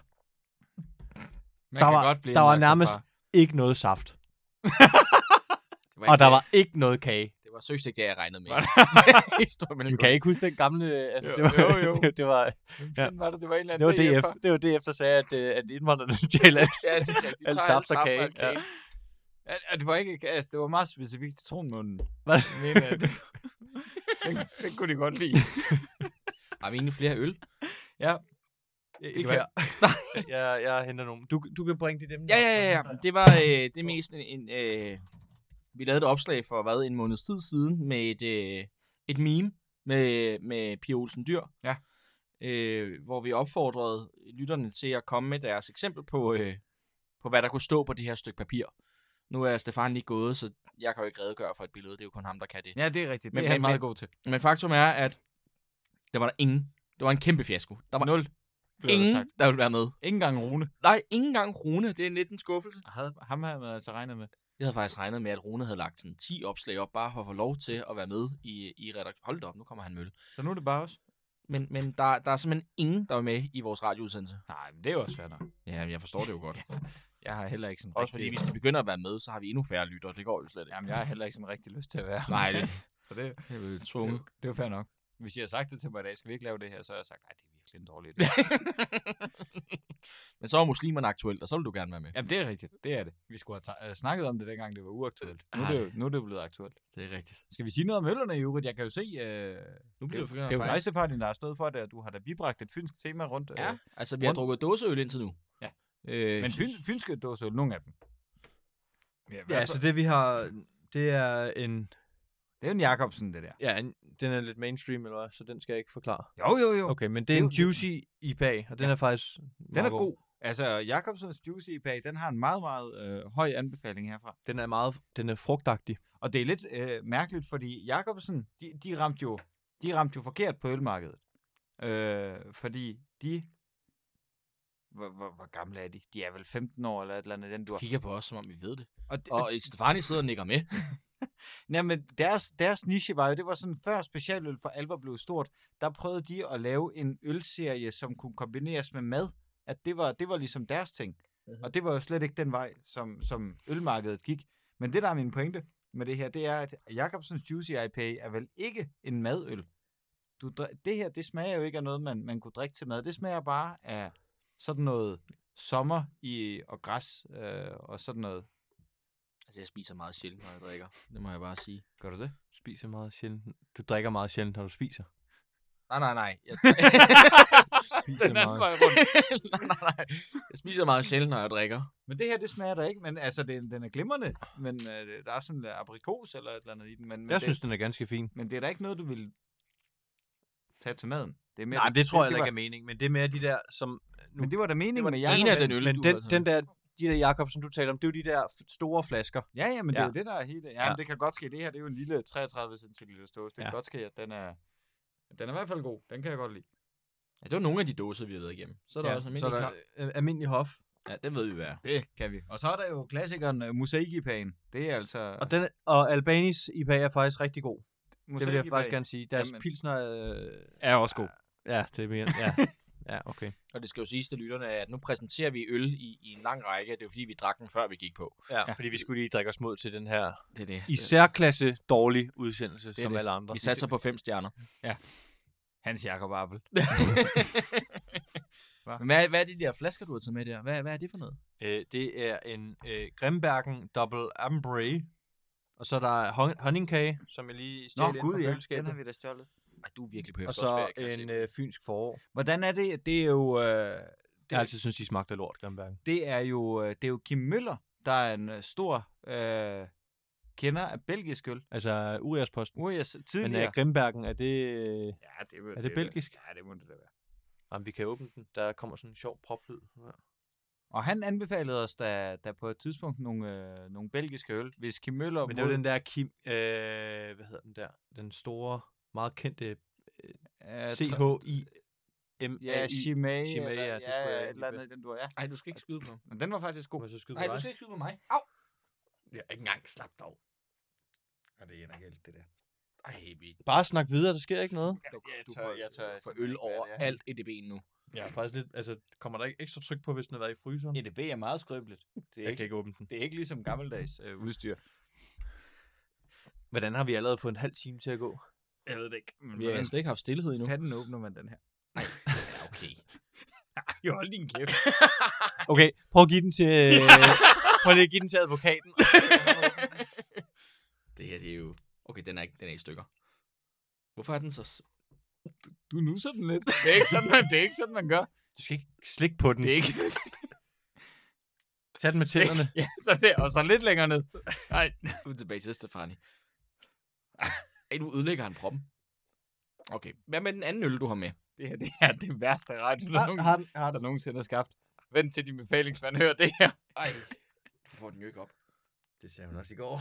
Man Der kan var- godt blive der var indlagt som nærmest- far. Ikke noget saft. Det var Og der ikke- var ikke noget kage. Det var søgt ikke det, jeg regnede med. Var Historie med Men kan I ikke huske den gamle... øh, Altså, Jo, det var, jo, jo. det, det var, Hvem Ja. fanden var det? Det var en eller det var anden D F. Det var D F, der sagde, at, øh, at indvandrerne stjæler alt. Ja, det er rigtigt. De Alt tager saft og kage. alt Ja. Ja, ja, det var ikke, altså, det var meget specifikt citronmunden. Hvad? Jeg mener, det, den, den kunne de godt lide. Har vi egentlig flere øl? Ja. Det kan kan jeg. jeg. Jeg henter nogen. Du, du kan bringe det dem. Ja, ja, ja, ja. Det var øh, det mest en... en øh, vi lavede et opslag for, hvad, en måneds tid siden med et, øh, et meme med, med Pia Olsen Dyr. Ja. Øh, hvor vi opfordrede lytterne til at komme med deres eksempel på, øh, på hvad der kunne stå på det her stykke papir. Nu er Stefan lige gået, så jeg kan jo ikke redegøre for et billede. Det er jo kun ham, der kan det. Ja, det er rigtigt. Det Men- er han men- meget men- god til. Men faktum er, at der var der ingen. Det var en kæmpe fiasko. Der var Nul. blev der ingen, sagt. der ville være med. Ingen gang Rune. Nej, ingen engang Rune. Det er lidt en skuffelse. Havde, ham havde man altså regnet med. Jeg havde faktisk regnet med, at Rune havde lagt sådan ti opslag op, bare for at få lov til at være med i, i redaktionen. Hold da op, nu kommer han mølle. Så nu er det bare os. Men, men der, der er simpelthen ingen, der er med i vores radioudsendelse. Nej, men det er jo også fair nok. Ja, jeg forstår det jo godt. Jeg har heller ikke sådan Også fordi, rigtig... hvis de begynder at være med, så har vi endnu færre lyttere. Det går jo slet ikke. Jamen, jeg har heller ikke sådan rigtig lyst til at være. Nej, det, Så det, det er jo det, tvunget. det er jo fair nok. Hvis jeg har sagt det til mig i dag, skal vi ikke lave det her, så har jeg sagt, nej, det er virkelig en dårlig idé. Men så var muslimerne aktuelt, og så vil du gerne være med. Jamen, det er rigtigt. Det er det. Vi skulle have ta- snakket om det, dengang det var uaktuelt. Nu er Ah, det jo, nu er det jo blevet aktuelt. Det er rigtigt. Skal vi sige noget om øllerne i øvrigt? Jeg kan jo se, øh, Nu det, bliver er, det jo- det er jo dig, Stefan, der har stået for det, at du har da bibragt et fynsk tema rundt. Ja, Øh, altså vi har rundt- drukket dåseøl indtil nu. Ja. Øh, men fyn, fynske dåseøl, nogle af dem. Ja, Ja, altså det vi har, det er en, det er jo en Jacobsen, det der. ja, en, den er lidt mainstream, eller hvad, så den skal jeg ikke forklare. Jo, jo, jo. Okay, men det Det er er en jo- juicy I P A, og den Ja. er faktisk Den er god. Altså, Jacobsens Juicy I P A, den har en meget, meget øh, høj anbefaling herfra. Den er meget, den er frugtagtig. Og det er lidt øh, mærkeligt, fordi Jacobsen, de, de ramte jo de ramte jo forkert på ølmarkedet. Øh, fordi de... Hvor, hvor, hvor gamle er de? De er vel femten år eller et eller andet. Den du Kigger på os, som om vi ved det. og, det, Og Stefani sidder og nikker med. Nej, men deres, deres niche var jo, det var sådan, før specialøl for alvor blev stort, der prøvede de at lave en ølserie, som kunne kombineres med mad. At det var, det var ligesom deres ting. Mhm. Og det var jo slet ikke den vej, som, som ølmarkedet gik. Men det, der er min pointe med det her, det er, at Jacobsens Juicy I P A er vel ikke en madøl. Du, dri- det her, det smager jo ikke af noget, man, man kunne drikke til mad. Det smager bare af sådan noget sommer i og græs øh, og sådan noget. Altså, jeg spiser meget sjældent, når jeg drikker. Det må jeg bare sige. Gør du det? Du spiser meget sjældent. Du drikker meget sjældent, når du spiser. Nej, nej, nej. Jeg... Spiser Den anden meget. vej rundt. nej, nej, nej. Jeg spiser meget sjældent, når jeg drikker. Men det her, det smager der ikke. Men altså, den, den er glimrende. Men øh, der er sådan lidt aprikos eller et eller andet i den. Men, men Jeg det, synes, den er ganske fin. Men det er da ikke noget, du vil tage til maden. Det er mere, Nej, det tror jeg det heller var, ikke er meningen. Men det er mere de der, som... Nu, Men det var da meningen det var med En Jacob. af den øl, men du den, har taget den der, de der Jacob, som du taler om, det er jo de der f- store flasker. Ja, ja, men det er Ja. jo det, der er hele... Ja, Ja. men det kan godt ske. Det her, det er jo en lille treogtredive centiliter stås. Det kan Ja. godt ske, at den er... Den er i hvert fald god. Den kan jeg godt lide. Ja, det var nogle af de dåser, vi har været igennem. Så er der Ja, også så almindelig er klar. der øh, almindelig hof. Ja, det ved vi, hvad er. Det kan vi. Og så er der jo klassikeren uh, Mosaik-I P A'en. Det er altså... Og, den, og Albanis I P A er faktisk rigtig god. Det vil jeg Mosaik-I P A faktisk gerne sige. Deres Jamen. pilsner... Øh, er også god. ja, det er mere... Ja, ja okay. Og det skal jo siges til lytterne, at nu præsenterer vi øl i, i en lang række. Det er jo fordi, vi drak den, før vi gik på. Ja, ja, fordi vi skulle lige drikke os mod til den her Det er det. i særklasse dårlig udsendelse, er som det. alle andre. Vi satser på fem stjerner. Hans Jakob Appel. Hva? Men hvad, hvad er de der flasker, du har taget med der? Hvad, hvad er det for noget? Øh, det er en øh, Grimbergen Double Ambre. Og så er der hon- honningkage, som jeg lige Nå, stjal ind gud fra ja. Den køleskabet. har vi da stjålet. Ej, du er virkelig på Og efterårsferie, så kan jeg en se. øh, fynsk forår. Hvordan er det? Det er jo... Øh, Jeg har altid synes de smagte af lort, Grimbergen. det er jo, øh, det er jo Kim Møller, der er en øh, stor øh, kender af belgisk øl. Altså Uriasposten. Urias Men tidligere. uh, Grimbergen, er det... Øh, Ja, det, må- er det belgisk? Ja, det må det da være. Jamen, vi kan åbne den. Der kommer sådan en sjov proplyd. Ja. Og han anbefalede os da, da på et tidspunkt nogle, øh, nogle belgiske øl. Hvis Kim Møller... Men det var den der Kim... Øh, hvad hedder den der? Den store, meget kendte øh, C H I M Ja, Chimay. Chimay, eller- ja, det skulle jeg et eller lige andet i den du ja. Ej, du skal ikke skyde på. Men den var faktisk god. Må jeg så skyde på Nej, du dig? skal ikke skyde på mig. Au! Jeg har ikke engang slappet dog. Og det ender galt, det der. Ej, vi... Bare snak videre, der sker ikke noget. Du, jeg du tør- får, jeg tør du får simpelthen øl ikke være over det her. alt E D B'en nu. Ja, faktisk lidt... Altså, kommer der ikke ekstra tryk på, hvis den har været i fryseren? E D B er meget skrøbeligt. Det er, Jeg kan ikke, ikke åbne den. det er ikke ligesom gammeldags øh, udstyr. Hvordan har vi allerede fået en halv time til at gå? Jeg ved det ikke. Men Vi har slet ikke haft stillhed endnu. fanden åbner man den her? Ja, okay. Jo, hold din kæft. Okay, prøv at give den til... prøv lige at give den til advokaten. Det her, det er jo... Okay, den er, ikke, den er i stykker. Hvorfor er den så... s- Du nusser den lidt. Det er ikke sådan, man, det er ikke sådan, man gør. Du skal ikke slikke på den. Det er ikke... Tag den med tænderne. Ja, så det, og så lidt længere ned. Nej. Nu er vi tilbage til Stefani. Ej, nu ødelægger han proppen. Okay, hvad med den anden øl, du har med? Det her, det er det værste ret, der, Har, nogensinde, har, den, har der den. nogensinde har skabt. Vent til din befalingsmand hører det her. Ej, du får den jo ikke op. Det sagde hun også i går.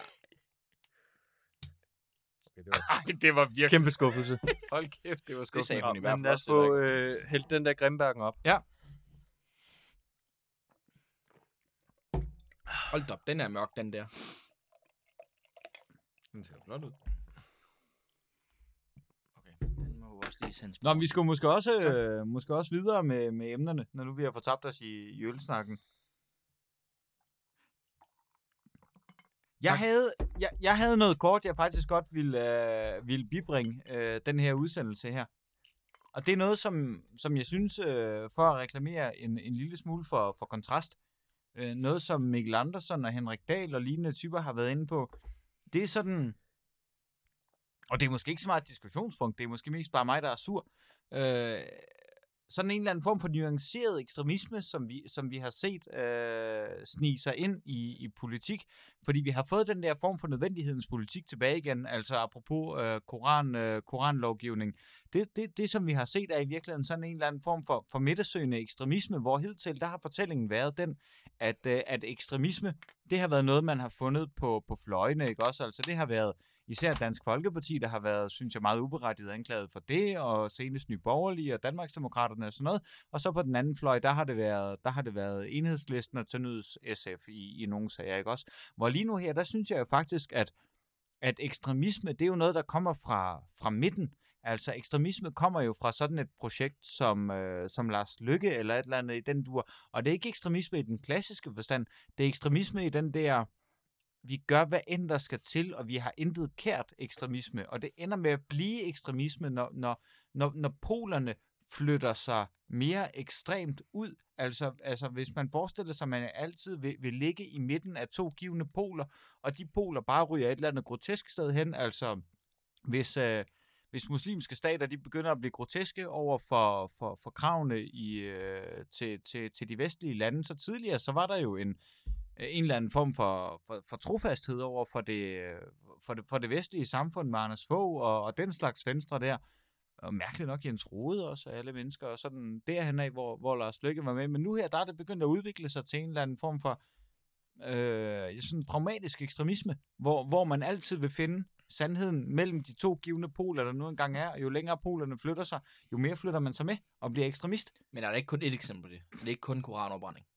Okay, det Ej, det var virkelig... kæmpe skuffelse. Hold kæft, det var Det skuffende. sagde Nå, hun i hvert men fald lad os også. det var få ikke- øh, hældt den der Grimbergen op. Hold da op, den er mørk, den der. Den ser flot ud. Okay, den må jo også lige sendes Nå, men vi skulle måske også, øh, måske også videre med, med emnerne, når nu vi har fortabt os i, i ølsnakken. Jeg Tak. havde, jeg, jeg havde noget kort, jeg faktisk godt ville, øh, ville bibringe øh, den her udsendelse her. Og det er noget, som, som jeg synes, øh, for at reklamere en, en lille smule for, for kontrast, øh, noget som Mikkel Andersen og Henrik Dahl og lignende typer har været inde på, det er sådan, og det er måske ikke så meget et diskussionspunkt, det er måske mest bare mig, der er sur, øh, sådan en eller anden form for nuanceret ekstremisme, som vi, som vi har set øh, snige sig ind i, i politik, fordi vi har fået den der form for nødvendighedens politik tilbage igen, altså apropos øh, koran, øh, koranlovgivning. Det, det, det, som vi har set, er i virkeligheden sådan en eller anden form for, for midtersøgende ekstremisme, hvor hidtil, der har fortællingen været den, at, øh, at ekstremisme, det har været noget, man har fundet på, på fløjene, ikke også? Altså det har været især Dansk Folkeparti, der har været, synes jeg, meget uberettiget anklaget for det, og senest Nye Borgerlige og Danmarksdemokraterne og sådan noget. Og så på den anden fløj, der har det været, der har det været Enhedslisten og til nøds S F i, i nogle sager, ikke også? Hvor lige nu her, der synes jeg jo faktisk, at, at ekstremisme, det er jo noget, der kommer fra, fra midten. Altså ekstremisme kommer jo fra sådan et projekt som, øh, som Lars Løkke eller et eller andet i den dur. Og det er ikke ekstremisme i den klassiske forstand. Det er ekstremisme i den der, vi gør hvad end der skal til, og vi har intet kært ekstremisme. Og det ender med at blive ekstremisme, når, når, når, når polerne flytter sig mere ekstremt ud. Altså, altså hvis man forestiller sig, at man altid vil, vil ligge i midten af to givne poler, og de poler bare ryger et eller andet grotesk sted hen. Altså hvis... Øh, Hvis muslimske stater de begynder at blive groteske over for, for, for kravene i, øh, til, til, til de vestlige lande, så tidligere så var der jo en, en eller anden form for, for, for trofasthed over for det, for, det, for det vestlige samfund med Anders Fogh og, og den slags venstre der. Og mærkeligt nok Jens Rohde også, af alle mennesker, og sådan derhen af, hvor, hvor Lars Løkke var med. Men nu her, der er det begyndt at udvikle sig til en eller anden form for øh, sådan pragmatisk ekstremisme, hvor, hvor man altid vil finde sandheden mellem de to givne poler, der nu engang er. Jo længere polerne flytter sig, jo mere flytter man sig med og bliver ekstremist. Men er der ikke kun et eksempel på det? Det er ikke kun koranopbrænding.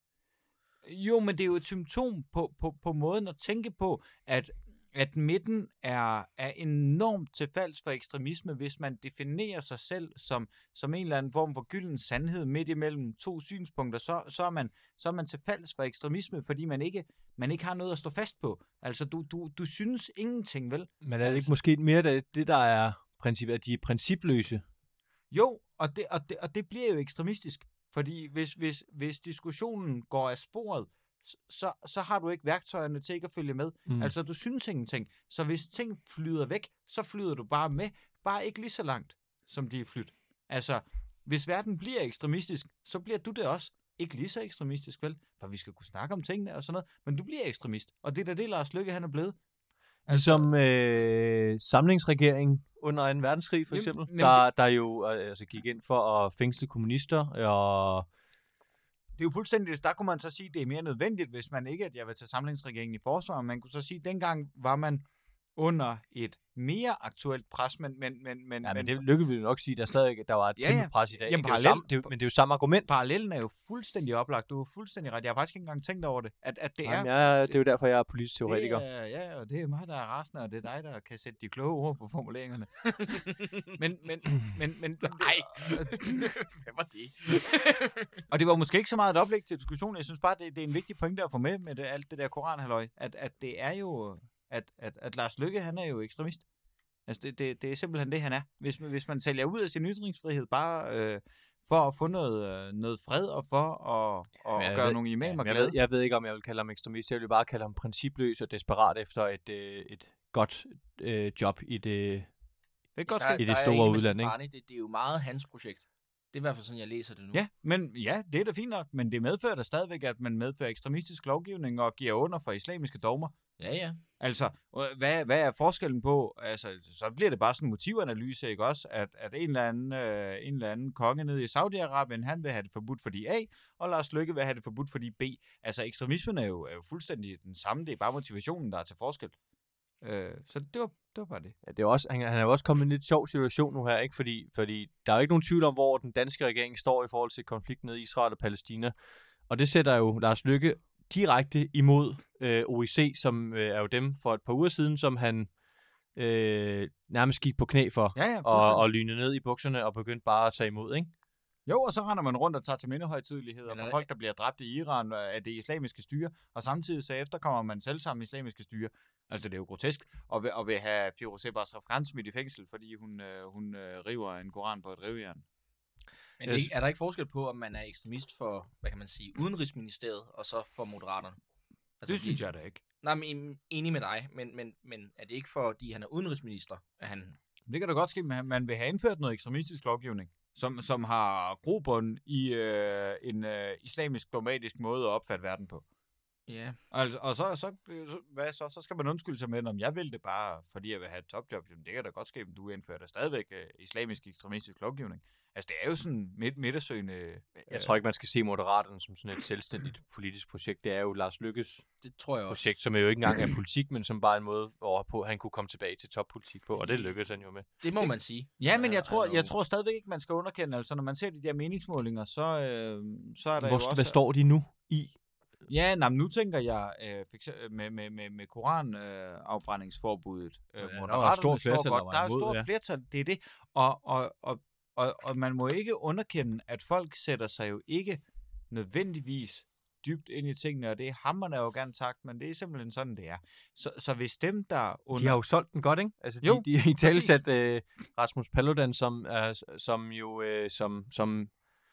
Jo, men det er jo et symptom på, på, på måden at tænke på, at, at midten er, er enormt til falds for ekstremisme, hvis man definerer sig selv som, som en eller anden form for gylden sandhed midt imellem to synspunkter, så, så, er man, så er man til falds for ekstremisme, fordi man ikke, man ikke har noget at stå fast på. Altså, du, du, du synes ingenting, vel? Men er det ikke måske mere det, det der er princippet, at de er principløse? Jo, og det, og det, og det bliver jo ekstremistisk, fordi hvis, hvis, hvis diskussionen går af sporet, så, så har du ikke værktøjerne til ikke at følge med. Mm. Altså, du synes ingenting. Så hvis ting flyder væk, så flyder du bare med. Bare ikke lige så langt, som de er flydt. Altså, hvis verden bliver ekstremistisk, så bliver du det også. Ikke lige så ekstremistisk, vel? For vi skal kunne snakke om tingene og sådan noget. Men du bliver ekstremist. Og det er da det, Lars Løkke, han er blevet. Altså, ligesom øh, samlingsregeringen under anden verdenskrig, for eksempel. Jamen, der, der jo altså, gik ind for at fængsle kommunister og... Det er jo fuldstændig, der kunne man så sige, at det er mere nødvendigt, hvis man ikke, at jeg vil tage samlingsregeringen i forsvar. Man kunne så sige, at dengang var man under et mere aktuelt pres, men... men, men, men ja, men det Løkke vil jo nok sige, at der stadig der var et ja, kæmpe pres i dag. Jamen, det er jo samme, det er, men det er jo samme argument. Parallellen er jo fuldstændig oplagt. Du er fuldstændig ret. Jeg har faktisk ikke engang tænkt over det. At, at det, Jamen, er, ja, det er jo derfor, jeg er politisk teoretiker. Det er, ja, og det er mig, der er rasende, og det er dig, der kan sætte de kloge ord på formuleringerne. men, men, men, men... Nej, hvad var det? Og det var måske ikke så meget et oplæg til diskussionen. Jeg synes bare, det, det er en vigtig pointe at få med, med det, alt det der koranhalløj. At, at det er jo... At, at, at Lars Løkke, han er jo ekstremist. Altså, det, det, det er simpelthen det, han er. Hvis, hvis man sælger ud af sin ytringsfrihed bare øh, for at få noget, noget fred og for at, at gøre ved, nogle imamer ja, glade. Jeg ved, jeg ved ikke, om jeg vil kalde ham ekstremist. Jeg vil bare kalde ham principløs og desperat efter et, øh, et godt øh, job i det, det, er godt der, i det der store udland. Ikke? Det, det er jo meget hans projekt. Det er i hvert fald sådan, jeg læser det nu. Ja, men ja, det er da fint nok, men det medfører da stadigvæk, at man medfører ekstremistisk lovgivning og giver under for islamiske dogmer. Ja, ja. Altså, hvad, hvad er forskellen på? Altså, så bliver det bare sådan en motivanalyse, ikke også? At, at en, eller anden, øh, en eller anden konge nede i Saudi-Arabien, han vil have det forbudt, fordi A, og Lars Løkke vil have det forbudt, fordi B. Altså, ekstremismen er jo, er jo fuldstændig den samme. Det er bare motivationen, der er til forskel. Øh, så det var, det var bare det. Ja, det er også, han, han er jo også kommet i en lidt sjov situation nu her, ikke? Fordi, fordi der er jo ikke nogen tvivl om, hvor den danske regering står i forhold til konflikten i Israel og Palæstina. Og det sætter jo Lars Løkke direkte imod øh, O I C, som øh, er jo dem for et par uger siden, som han øh, nærmest gik på knæ for, ja, ja, og, og lynede ned i bukserne og begyndte bare at tage imod, ikke? Jo, og så render man rundt og tager til mindehøjtideligheder for folk, der bliver dræbt i Iran af det islamiske styre, og samtidig så efterkommer man selv sammen islamiske styre. Altså, det er jo grotesk, og vil, og vil have Firouzeh Bazrafkan smidt i fængsel, fordi hun, øh, hun øh, river en koran på et rivjern. Men yes. Er der ikke forskel på, om man er ekstremist for, hvad kan man sige, Udenrigsministeriet, og så for Moderaterne? Altså, det synes jeg da ikke. Nej, men enig med dig, men, men, men er det ikke fordi, han er udenrigsminister, at han... Det kan da godt ske, at man vil have indført noget ekstremistisk lovgivning, som, som har grobund i øh, en øh, islamisk dogmatisk måde at opfatte verden på. Ja. Altså, og så, så, så, hvad så? Så skal man undskylde sig med, om jeg vil det bare, fordi jeg vil have et topjob. Jamen, det kan da godt ske, men du indfører der stadigvæk uh, islamisk ekstremistisk lovgivning. Altså, det er jo sådan midt, midtersøgende... Jeg tror ikke, man skal se Moderaterne som sådan et selvstændigt politisk projekt. Det er jo Lars Løkkes Det tror jeg også. projekt, som jo ikke engang er politik, men som bare en måde, hvorpå han kunne komme tilbage til toppolitik på, og det lykkedes han jo med. Det må man sige. Ja, men Han- jeg tror, han er jeg jo- tror stadigvæk ikke, man skal underkende. Altså, når man ser de der meningsmålinger, så, øh, så er der Hvor, jo også... hvad står de nu i? Ja, nej, men nu tænker jeg øh, for eksempel, med, med, med, med koranafbrændingsforbuddet. Øh, Ja, der var et Moderaterne stort står flertal, der godt. var Der er et imod, stort ja. flertal, det er det. Og, og, og, og, og man må ikke underkende, at folk sætter sig jo ikke nødvendigvis dybt ind i tingene, og det er hammerne jo gerne sagt, men det er simpelthen sådan, det er. Så, så hvis dem, der under... De har jo solgt den godt, ikke? Altså, Jo, de, de har i tale sat øh, Rasmus Paludan, som, er, som jo øh, som, som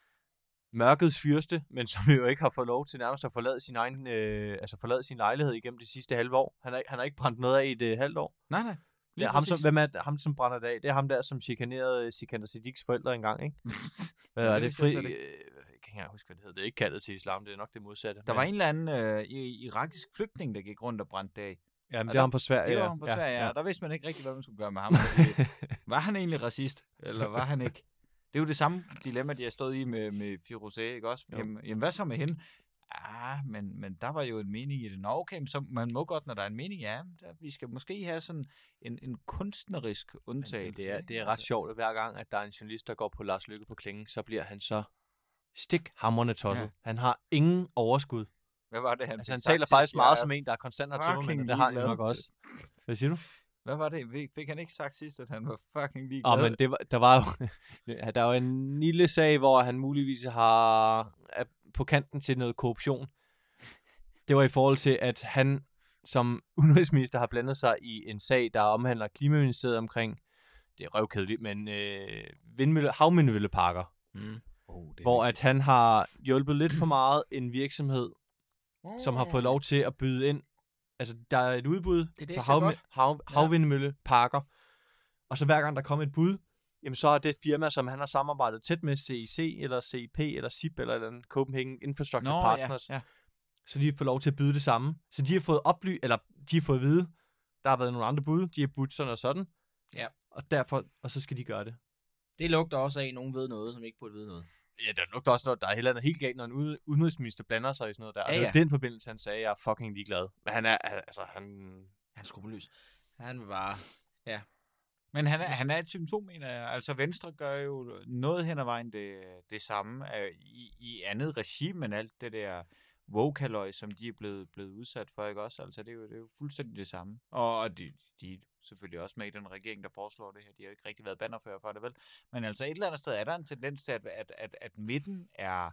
mørkets fyrste, men som jo ikke har fået lov til nærmest at forlade sin egen, øh, altså forlade sin lejlighed igennem de sidste halve år. Han har, han har ikke brændt noget af i et øh, halvt år. Nej, nej. Det er ham, som, hvem er det? Ham, som brænder det af? Det er ham der, som chikanerede Sikander Siddiqs forældre engang, ikke? Hvad er det det? vidste Fri, jeg øh, slet jeg kan ikke engang huske, hvad det hedder. Det er ikke kaldet til islam, det er nok det modsatte. Der men- var en eller anden øh, i- irakisk flygtning, der gik rundt og brændte det af. Jamen, og det er der- ham fra Sverige. Det var ja. ham fra Sverige, ja. ja. ja. Der vidste man ikke rigtig, hvad man skulle gøre med ham. Fordi, var han egentlig racist, eller var han ikke? Det er jo det samme dilemma, de har stået i med, med Firuzeh, ikke også? Jo. Jamen, jamen, hvad så med hende? Ah, men, men der var jo en mening i det. Nå, okay, men så man må godt, når der er en mening, ja, der, vi skal måske have sådan en, en kunstnerisk undtagelse. Men det er, ikke? det er ret sjovt, at hver gang, at der er en journalist, der går på Lars Løkke på klingen, så bliver han så stikhamrende tosset. Ja. Ja. Han har ingen overskud. Hvad var det, han Altså, fik han sagt taler sidst? faktisk Jeg meget er som en, der er konstant har tømmermænd, fucking og det har han jo ligeglad. nok også. Hvad siger du? Hvad var det? Fik, fik han ikke sagt sidst, at han var fucking ligeglad? Åh, men det var, der var jo ja, der var en lille sag, hvor han muligvis har er på kanten til noget korruption. Det var i forhold til, at han som udenrigsminister har blandet sig i en sag, der omhandler Klimaministeriet omkring, det er røvkedeligt, men øh, vindmølle, havvindmølleparker, Mm. Oh, det er hvor vigtigt. at han har hjulpet lidt for meget en virksomhed, som har fået lov til at byde ind. Altså, der er et udbud Det er det, på jeg hav, siger godt. hav, havvindmølleparker, og så hver gang der kommer et bud, jamen så er det firma, som han har samarbejdet tæt med, C I C, eller C I P, eller S I P, eller, eller en Copenhagen Infrastructure Nå, Partners, ja, ja. så de får lov til at byde det samme. Så de har fået oply, eller de har fået at vide, der har været nogle andre bud, de har budt sådan og sådan, Ja. og derfor, og så skal de gøre det. Det lugter også af, at nogen ved noget, som ikke burde vide noget. Ja, der lugter også noget, der er heller andet helt galt, når en ude- udenrigsminister blander sig i sådan noget der. Og Ja, det var ja. den forbindelse, han sagde, jeg er fucking ligeglad. Men han er, altså, han... Han er skrupelløs. Han vil bare... Men han er, han er et symptom, mener jeg. Altså Venstre gør jo noget hen ad vejen det, det samme øh, i, i andet regime, men alt det der woke-halløj, som de er blevet, blevet udsat for, ikke også? Altså det er jo, det er jo fuldstændig det samme. Og, og de, de er selvfølgelig også med i den regering, der foreslår det her. De har jo ikke rigtig været bannerfører for det, vel? Men altså et eller andet sted er der en tendens til, at, at, at, at midten er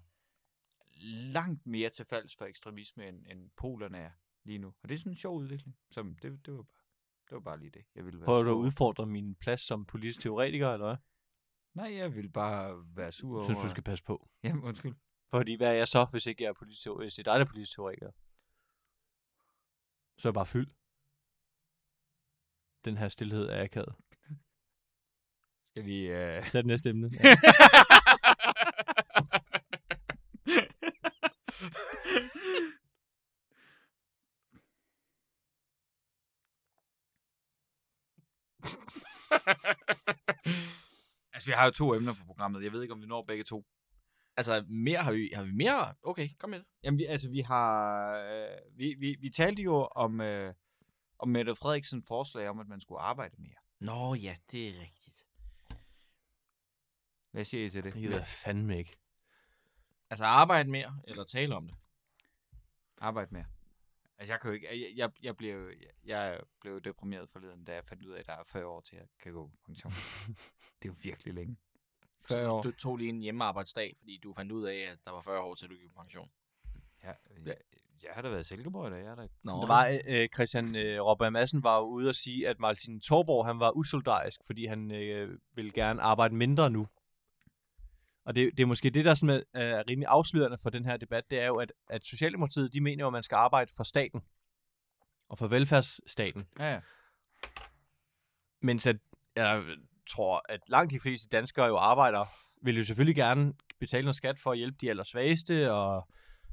langt mere til falds for ekstremisme, end, end polerne er lige nu. Og det er sådan en sjov udvikling. Som det, det var bare... Det var bare lige det, jeg ville være Prøver du sur at over. udfordre min plads som politisk teoretiker, eller hvad? Nej, jeg vil bare være sur Jeg synes, over... du skal passe på. Jamen, undskyld. Fordi hvad er jeg så, hvis ikke jeg er politisk teoretiker? Hvis det er dig, der er politisk teoretiker, så er jeg bare fyldt. Den her stillhed er akavet. Skal vi... Uh... Tag det næste emne. Ja. altså, vi har jo to emner på programmet. Jeg ved ikke, om vi når begge to. Altså, mere har vi... Har vi mere? Okay, kom med det. Jamen, vi, altså, vi har... Øh, vi, vi, vi talte jo om, øh, om Mette Frederiksen forslag om, at man skulle arbejde mere. Nå ja, det er rigtigt. Hvad siger I til det? Det gider jeg fandme ikke. Altså, arbejde mere, eller tale om det. Arbejde mere. Altså, jeg kan jo ikke... Jeg, jeg, jeg, blev, jeg, jeg blev deprimeret forleden, da jeg fandt ud af, at der er fyrre år til, at jeg kan gå på pension. Det er jo virkelig længe. fyrre år. Du tog lige en hjemmearbejdsdag, fordi du fandt ud af, at der var fyrre år til, du gik på pension. Ja, jeg, jeg har da været i Silkeborg i dag. Jeg har da... Nå, Der var, øh, Christian øh, Robert Madsen var jo ude at sige, at Martin Thorborg, han var usolidarisk, fordi han øh, ville gerne arbejde mindre nu. Og det, det er måske det, der sådan er, er rimelig afslørende for den her debat, det er jo, at, at Socialdemokratiet, de mener jo, at man skal arbejde for staten. Og for velfærdsstaten. Ja, ja. Mens at, jeg tror, at langt de fleste danskere jo arbejder, vil jo selvfølgelig gerne betale noget skat for at hjælpe de allersvageste, og,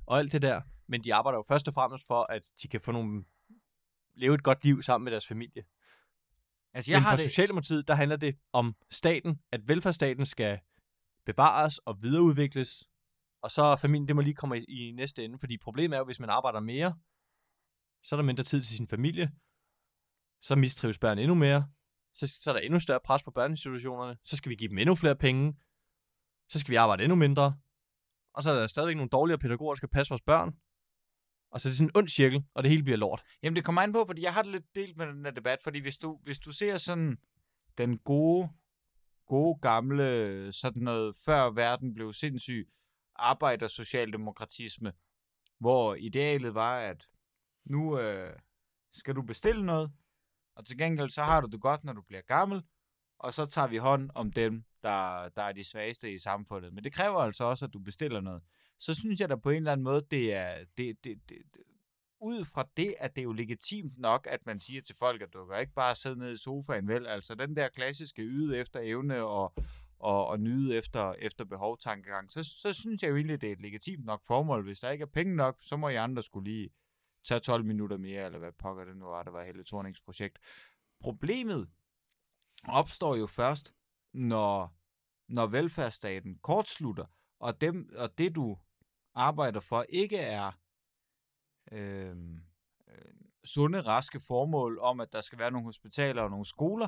og alt det der. Men de arbejder jo først og fremmest for, at de kan få nogle, leve et godt liv sammen med deres familie. Altså, jeg Men har for det... Socialdemokratiet, der handler det om staten, at velfærdsstaten skal bevares og videreudvikles, og så familien, det må lige komme i, i næste ende, fordi problemet er jo, hvis man arbejder mere, så er der mindre tid til sin familie, så mistrives børn endnu mere, så, så er der endnu større pres på børneinstitutionerne, så skal vi give dem endnu flere penge, så skal vi arbejde endnu mindre, og så er der stadigvæk nogle dårligere pædagoger, der skal passe vores børn, og så er det sådan en ond cirkel, og det hele bliver lort. Jamen, det kommer an på, fordi jeg har det lidt delt med den her debat, fordi hvis du, hvis du ser sådan den gode, gode gamle, sådan noget, før verden blev sindssyg, arbejdersocialdemokratisme, hvor idealet var, at nu øh, skal du bestille noget, og til gengæld så har du det godt, når du bliver gammel, og så tager vi hånd om dem, der, der er de svageste i samfundet. Men det kræver altså også, at du bestiller noget. Så synes jeg da på en eller anden måde, det er det, det, det, det, ud fra det, at det er jo legitimt nok, at man siger til folk, at du kan ikke bare sidde nede i sofaen, vel? Altså den der klassiske yde efter evne og, og, og nyde efter, efter behov tankegang, så, så synes jeg jo egentlig, det er et legitimt nok formål. Hvis der ikke er penge nok, så må I andre skulle lige tage tolv minutter mere, eller hvad pokker det nu var, der var Helle Thornings projekt. Problemet opstår jo først, når, når velfærdsstaten kortslutter, og, dem, og det, du arbejder for, ikke er øh, øh, sunde, raske formål om, at der skal være nogle hospitaler og nogle skoler,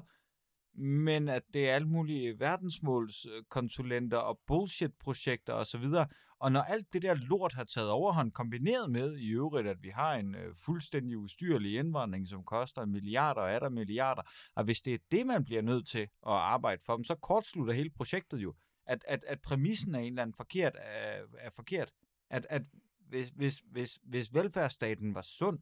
men at det er alle mulige verdensmålskonsulenter og bullshit-projekter osv., og når alt det der lort har taget overhånd, kombineret med i øvrigt, at vi har en øh, fuldstændig ustyrlig indvandring, som koster milliarder og atter milliarder, og hvis det er det, man bliver nødt til at arbejde for dem, så kortslutter hele projektet jo. At, at, at præmissen er en eller anden forkert, er, er forkert. At, at hvis, hvis, hvis, hvis velfærdsstaten var sund,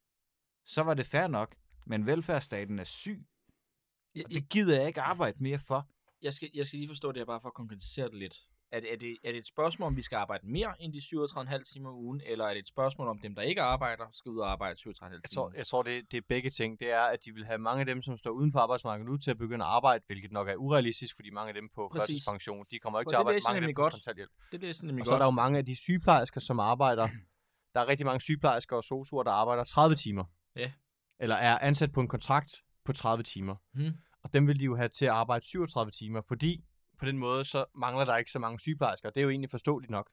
så var det fair nok, men velfærdsstaten er syg, og det gider jeg ikke arbejde mere for. Jeg skal, jeg skal lige forstå det her, bare for at konkretisere det lidt. Er det, er, det, er det et spørgsmål, om vi skal arbejde mere end de syvogtredive komma fem timer om ugen, eller er det et spørgsmål, om dem, der ikke arbejder, skal ud og arbejde syvogtredive komma fem Jeg timer? tror, jeg tror det, det er begge ting. Det er, at de vil have mange af dem, som står uden for arbejdsmarkedet nu, til at begynde at arbejde, hvilket nok er urealistisk, fordi mange af dem på Præcis. førtidspension, de kommer ikke For til at det arbejde, læser mange af dem nemlig på godt. kontanthjælp. Det læser nemlig Og godt. så er der jo mange af de sygeplejersker, som arbejder. Der er rigtig mange sygeplejersker og sosuer, der arbejder tredive timer. Ja. Eller er ansat på en kontrakt på tredive timer. Hmm. Og dem vil de jo have til at arbejde syvogtredive timer, fordi på den måde, så mangler der ikke så mange sygeplejersker. Det er jo egentlig forståeligt nok.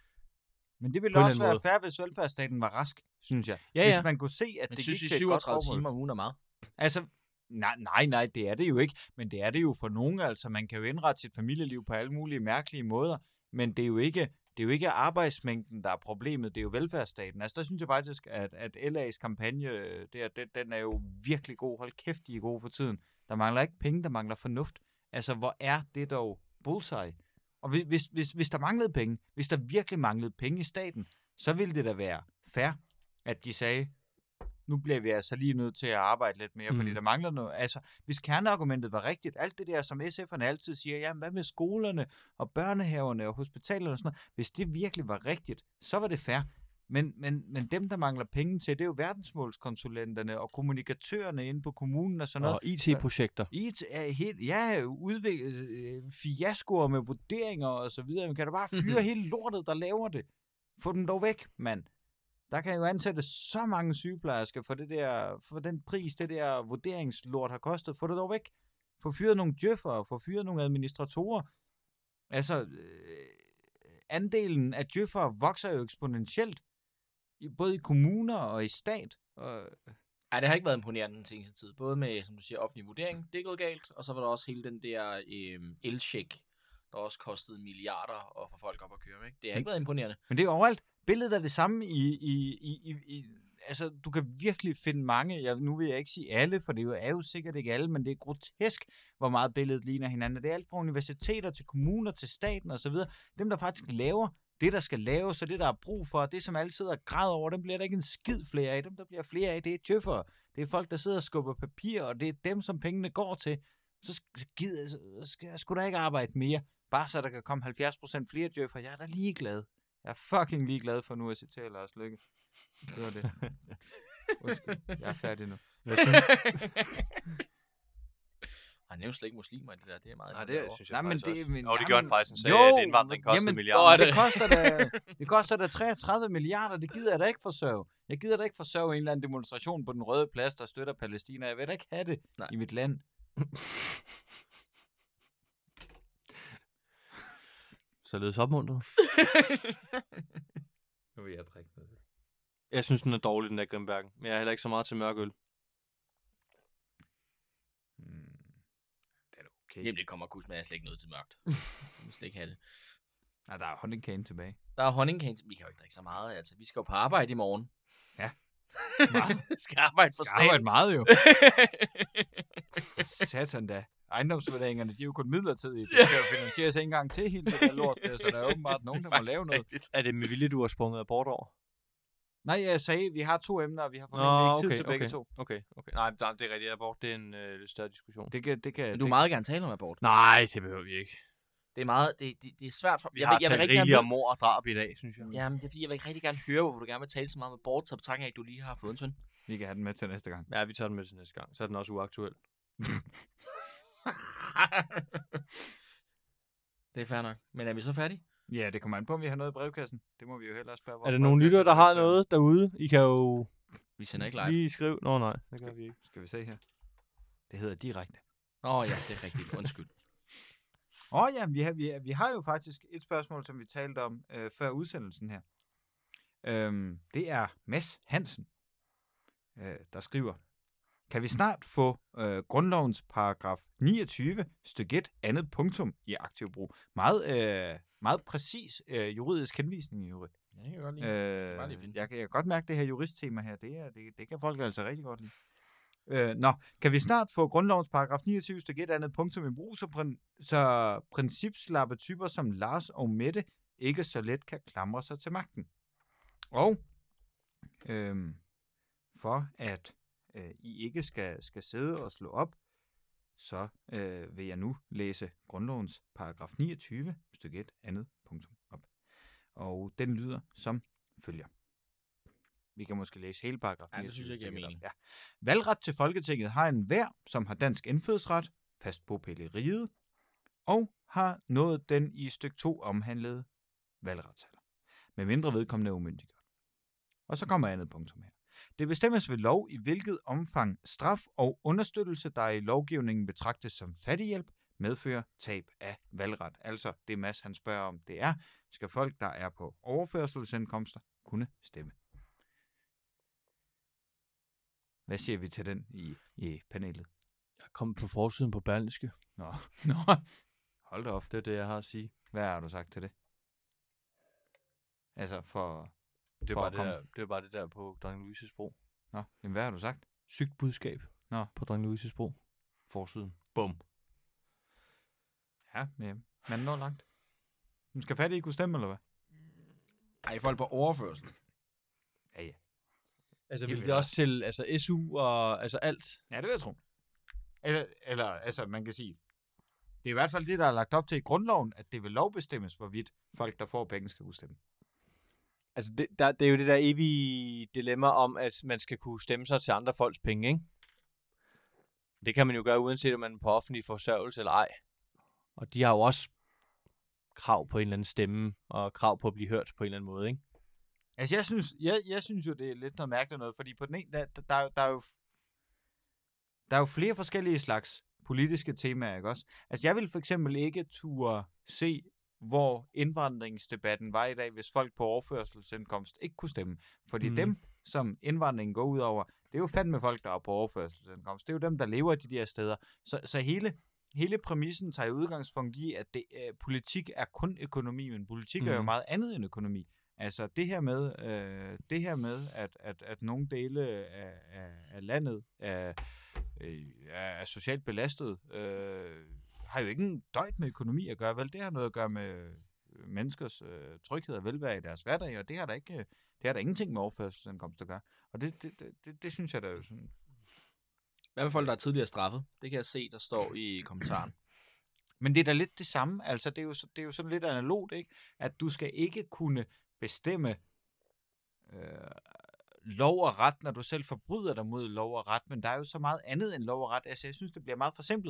Men det ville På en også anden være måde. fair, hvis velfærdsstaten var rask, synes jeg. Ja, ja. Hvis man kunne se, at Men det synes gik I til et godt syvogtredive formål. timer om ugen er meget? Altså, nej, nej, nej, det er det jo ikke. Men det er det jo for nogen, altså. Man kan jo indrette sit familieliv på alle mulige mærkelige måder, men det er jo ikke, det er jo ikke arbejdsmængden, der er problemet, det er jo velfærdsstaten. Altså, der synes jeg faktisk, at, at L A's kampagne, der, den, den er jo virkelig god. Hold kæft, de er gode for tiden. Der mangler ikke penge, der mangler fornuft. Altså, hvor er det dog bullseye? Og hvis, hvis, hvis der manglede penge, hvis der virkelig manglede penge i staten, så ville det da være fair, at de sagde, nu bliver vi altså lige nødt til at arbejde lidt mere, mm. fordi der mangler noget. Altså, hvis kerneargumentet var rigtigt, alt det der, som S F'erne altid siger, ja, hvad med skolerne og børnehaverne og hospitalerne og sådan noget, hvis det virkelig var rigtigt, så var det fair. Men, men, men dem, der mangler penge til, det er jo verdensmålskonsulenterne og kommunikatørerne inde på kommunen og sådan noget. Og I T-projekter. I T er helt, ja, udviklet øh, fiaskoer med vurderinger og så videre. Man kan da bare fyre hele lortet, der laver det. Få den dog væk, mand. Der kan jo ansætte så mange sygeplejersker for, det der, for den pris, det der vurderingslort har kostet. Få det dog væk. Få fyret nogle djøffere, få fyret nogle administratorer. Altså, øh, andelen af djøffere vokser jo eksponentielt. I, både i kommuner og i stat. Og Ej, det har ikke været imponerende den seneste tid. Både med, som du siger, offentlig vurdering, det er gået galt, og så var der også hele den der øh, el-check, der også kostede milliarder at få folk op at køre, ikke? Det har ikke været imponerende. Men det er overalt. Billedet er det samme i, i, i, i, i altså, du kan virkelig finde mange, jeg, nu vil jeg ikke sige alle, for det er jo, er jo sikkert ikke alle, men det er grotesk, hvor meget billedet ligner hinanden. Det er alt fra universiteter til kommuner til staten osv. Dem, der faktisk laver det, der skal laves, og det, der er brug for, det, som alle sidder og græder over, dem bliver der ikke en skid flere af. Dem, der bliver flere af, det er tøffere. Det er folk, der sidder og skubber papir, og det er dem, som pengene går til. Så gider, så skal jeg sgu da ikke arbejde mere, bare så der kan komme halvfjerds procent flere djøffer. Jeg er da ligeglad. Jeg er fucking ligeglad for nu at citere Lars Løkke. Det var det. Undskyld, jeg er færdig nu. Jeg synes, I han nævner slet ikke muslimer i det der. Det er meget... Nej, det synes jeg Nej, men faktisk det, også. men, Jo, det gør han faktisk. Han sagde, jo, at indvandring kostede jamen, milliarder. Det koster, da, det koster da treogtredive milliarder, det gider jeg da ikke forsørge. Jeg gider da ikke forsørge en eller anden demonstration på den røde plads, der støtter Palæstina. Jeg vil da ikke have det Nej. i mit land. Således opmuntret. Nu vil jeg drikke noget. Jeg synes, den er dårlig, den der Grimbergen. Men jeg er heller ikke så meget til mørk øl. Hmm. Det er da okay. Jamen, det kommer at kunne smage slet ikke noget til mørkt. Jeg vil slet ikke have det. Nej, der er honningkage tilbage. Der er honningkage. Vi kan jo ikke drikke så meget. Altså, vi skal jo på arbejde i morgen. Ja. Vi skal arbejde for Skal arbejde staten. meget jo. Satan da. Ejendomsvurderingerne, de er jo kun midlertidige. Det skal jo finansieres en gang til hele det der lort der, så der er åbenbart nogen, der må lave noget. Rigtigt. Er det med vilje, du har sprunget abort over? Nej, jeg sagde, vi har to emner, og vi har Nå, formentlig ikke okay, tid til begge okay. to. Okay, okay. Nej, nej, det er rigtigt. Abort, det er en øh, lidt større diskussion. Det kan, det kan, Men du det, vil meget gerne tale om abort. Nej, det behøver vi ikke. Det er meget, det, det, det er svært for... Vi jeg, har vil, jeg vil talt rigtig rigeligt gerne om mor og drab i dag, synes jeg. Jamen, det er fordi, jeg vil rigtig gerne høre, hvorfor du gerne vil tale så meget om abort, så betragtning af, at du lige har fået en søn. vi kan have den med til næste gang. Ja, vi tager den med til næste gang. Så er den også uaktuel. Det er fair nok. Men er vi så færdige? Ja, det kommer an på, om vi har noget i brevkassen. Det må vi jo hellere spørge vores Er der nogle brevkasse, lyttere, der har så- noget derude? I kan jo Vi sender ikke live. lige skrive. Nå nej, det gør vi ikke. Skal vi se her. Det hedder direkte. Åh oh, ja, det er rigtigt. Undskyld. Åh oh, ja, vi har, vi, vi har jo faktisk et spørgsmål, som vi talte om øh, før udsendelsen her. Øhm, det er Mads Hansen, øh, der skriver, kan vi snart få øh, grundlovens paragraf niogtyve, stykke et, andet punktum i aktiv brug? Meget, øh, meget præcis øh, juridisk henvisning i øvrigt. Ja, det kan jeg godt lide. Øh, bare lige finde jeg, kan- jeg kan godt mærke det her juristtema her. Det, er, det, det kan folk altså rigtig godt lide. Øh, nå, kan vi snart få grundlovens paragraf niogtyve stykke et andet punktum i brug, så, prin- så principslappe typer som Lars og Mette ikke så let kan klamre sig til magten. Og øh, for at øh, I ikke skal, skal sidde og slå op, så øh, vil jeg nu læse grundlovens paragraf niogtyve stykke et andet punktum op. Og den lyder som følger. Vi kan måske læse hele paragraf Ja, det synes jeg giver stykke et op. mening. Ja. Valgret til Folketinget har en hver, som har dansk indfødsret, fast bopæl i riget, og har nået den i stykke to omhandlede valgretsalder, med mindre vedkommende er umyndiggjort. Og så kommer andet punktum her. Det bestemmes ved lov, i hvilket omfang straf og understøttelse, der i lovgivningen betragtes som fattighjælp, medfører tab af valgret. Altså det Mads han spørger om, det er, skal folk, der er på overførselsindkomster, kunne stemme. Hvad siger vi til den i, i panelet? Jeg er kommet på forsiden på Berlingske. Nå, nå. Hold da op. Det er det, jeg har at sige. Hvad har du sagt til det? Altså for... Det er, for bare at det, komme- der, det er bare det der på Dronning Louises bro. Nå, jamen hvad har du sagt? Sygt budskab. Nå. På Dronning Louises bro. Forsiden. Bum. Ja, men man når langt. Du skal fattige kunne stemme, eller hvad? Ej, folk på overførsel. Ja, ja. Altså Helt vil det vildt også til altså S U og altså alt? Ja, det vil jeg tro. Eller, eller, altså, man kan sige, det er i hvert fald det, der er lagt op til i grundloven, at det vil lovbestemmes, hvorvidt folk, der får penge, skal kunne stemme. Altså det, der, det er jo det der evige dilemma om, at man skal kunne stemme sig til andre folks penge, ikke? Det kan man jo gøre, uanset om man er på offentlig forsørgelse eller ej. Og de har jo også krav på en eller anden stemme, og krav på at blive hørt på en eller anden måde, ikke? Altså, jeg synes, jeg, jeg synes jo, det er lidt noget mærkeligt noget, fordi på den ene, der, der, der, er jo- der, er jo, der er jo flere forskellige slags politiske temaer, ikke også? Altså, jeg vil for eksempel ikke turde se, hvor indvandringsdebatten var i dag, hvis folk på overførselsindkomst ikke kunne stemme. Fordi Mhm. mm. dem, som indvandringen går ud over, det er jo fandme folk, der er på overførselsindkomst. Det er jo dem, der lever de der steder. Så, så hele, hele præmissen tager jo udgangspunkt i, at det, øh, politik er kun økonomi, men politik mm. er jo Mhm. meget andet end økonomi. Altså det her med, øh, det her med at, at, at nogle dele af, af, af landet er, øh, er socialt belastet, øh, har jo ikke en døjt med økonomi at gøre, vel? Det har noget at gøre med menneskers øh, tryghed og velvære i deres hverdag, og det har der ikke, det har der ingenting med overførselsindkomst at gøre. Og det, det, det, det, det synes jeg da jo sådan... Hvad med folk, der er tidligere straffet? Det kan jeg se, der står i kommentaren. Men det er da lidt det samme. Altså, det er jo, så- det er jo sådan lidt analogt, ikke? At du skal ikke kunne bestemme øh, lov og ret, når du selv forbryder dig mod lov og ret, men der er jo så meget andet end lov og ret. Altså, jeg synes, det bliver meget forsimplet.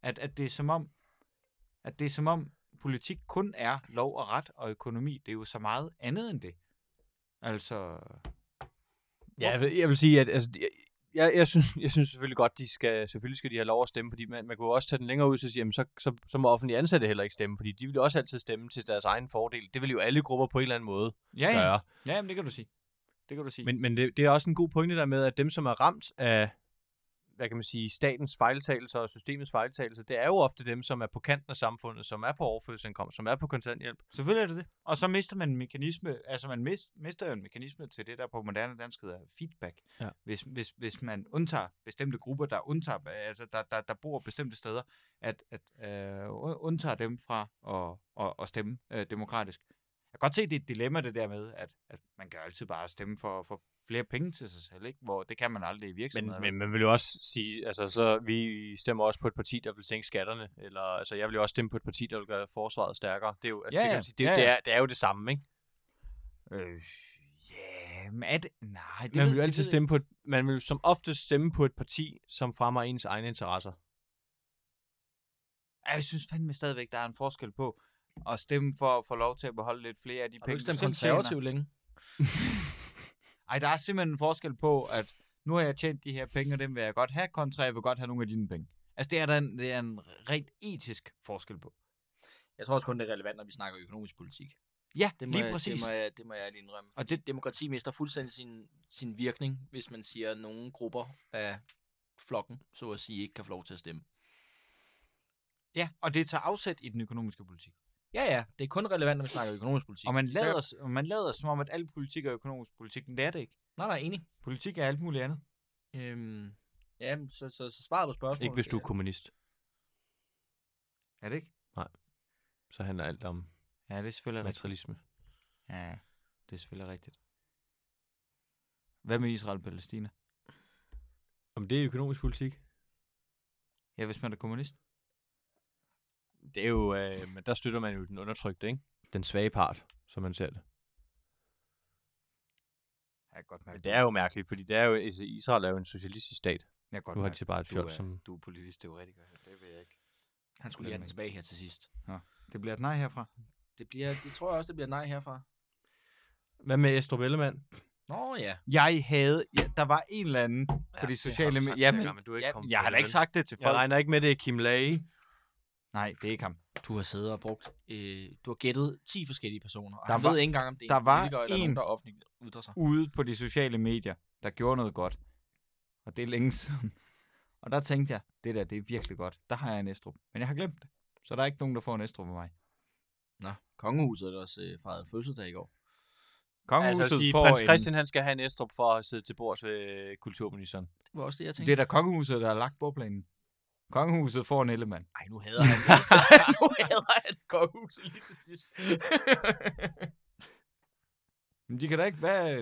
At, at det er som om, at det er som om, politik kun er lov og ret og økonomi. Det er jo så meget andet end det. Altså... Ja, jeg vil, jeg vil sige, at altså, jeg, jeg, jeg, synes, jeg synes selvfølgelig godt, de skal, selvfølgelig skal de have lov at stemme, fordi man, man kunne også tage den længere ud, så sige, jamen, så, så, så må offentlige ansatte heller ikke stemme, fordi de vil jo også altid stemme til deres egen fordel. Det vil jo alle grupper på en eller anden måde ja, ja. gøre. Ja, jamen, det kan du sige. Det kan du sige. Men, men det, det er også en god pointe der med, at dem, som er ramt af, hvad kan man sige, statens fejltagelser og systemets fejltagelser, det er jo ofte dem, som er på kanten af samfundet, som er på overførselsindkomst, som er på kontanthjælp. Selvfølgelig er det det. Og så mister man en mekanisme, altså man mist, mister jo en mekanisme til det, der på moderne dansk hedder feedback. Ja. Hvis, hvis, hvis man undtager bestemte grupper, der undtager, altså der, der, der bor bestemte steder, at, at øh, undtager dem fra at, at, at stemme øh, demokratisk. Jeg kan godt se, det er et dilemma det der med, at, at man kan altid bare stemme for, for flere penge til sig selv, ikke? Hvor det kan man aldrig i virksomheder. Men, men man vil jo også sige, altså så vi stemmer også på et parti, der vil sænke skatterne, eller altså jeg vil jo også stemme på et parti, der vil gøre forsvaret stærkere. Det er jo, altså, Ja, det, kan ja. man sige, det, Ja, ja. det, er, det er jo det samme, ikke? Øh, ja, men er det... Nej, det Man ved, vil jo det altid ved stemme på et, man vil som oftest stemme på et parti, som fremmer ens egne interesser. jeg. Jeg synes fandme stadigvæk, der er en forskel på at stemme for at få lov til at beholde lidt flere af de Har du penge, ikke stemt selv tjener. konservativ længe? Ej, der er simpelthen en forskel på, at nu har jeg tjent de her penge, og dem vil jeg godt have, kontra jeg vil godt have nogle af dine penge. Altså, det er der en, det er en rent etisk forskel på. Jeg tror også kun, det er relevant, når vi snakker økonomisk politik. Ja, Det må, lige jeg, præcis. det må jeg, det må jeg lige indrømme. Og Og det, demokrati mister fuldstændig sin, sin virkning, hvis man siger, at nogle grupper af flokken, så at sige, ikke kan få lov til at stemme. Ja, og det tager afsæt i den økonomiske politik. Ja, ja. Det er kun relevant, når vi snakker økonomisk politik. Og man Så- lader, s- og man lader som om, at al politik er økonomisk politik, men det er det ikke. Nej, nej, enig. Politik er alt muligt andet. Øhm, ja, så, så, så svaret på spørgsmålet. Ikke hvis du er det kommunist. Er det ikke? Så handler alt om Ja, det er selvfølgelig rigtigt. materialisme. Ja, det er selvfølgelig rigtigt. Hvad med Israel og Palæstina? Om det er økonomisk politik? Ja, hvis man er kommunist. Det er jo, øh, men der støtter man jo den undertrykte, ikke? Den svage part, som man ser det. Jeg kan godt mærke Men det er jo mærkeligt, fordi det er jo, altså, Israel er jo en socialistisk stat. Jeg kan godt Nu har mærke, de så bare et du fjol, er, som... du er politisk teoretiker. Det ved jeg ikke. Han skulle lige have den tilbage her til sidst. Det bliver et nej herfra. Det, bliver, det tror jeg også, det bliver et nej herfra. Hvad med Estrup Ellemann? Nå ja. Jeg havde... Ja, der var en eller anden på Ja, de det sociale har du medier. sagt Jamen, flere gange, men du er ikke jeg, kommet jeg på har det, da ikke vel? sagt det til Jeg folk. regner ikke med, det er Kim Lage. Nej, det er ikke ham. Du har siddet og brugt... Øh, du har gættet ti forskellige personer, og Der han var- ved ikke engang, om det er der en var politiker eller en- nogen, der offentligt ytrer sig. Ude på de sociale medier, der gjorde noget godt. Og det er længe siden. Og der tænkte jeg, det der, det er virkelig godt. Der har jeg en Estrup. Men jeg har glemt det. Så der er ikke nogen, der får en Estrup med mig. Nå, kongehuset er også øh, fejret fødselsdag i går. Kongehuset Altså at sige, får prins en... Christian, han skal have en Estrup for at sidde til bords ved øh, kulturministeren. Det var også det, jeg Det tænkte. er da kongehuset, der har lagt bordplanen. Kongehuset får en Ellemann. Ej, nu hader han Nu hader han kongehuset lige til sidst. Men de kan da ikke... Hvad,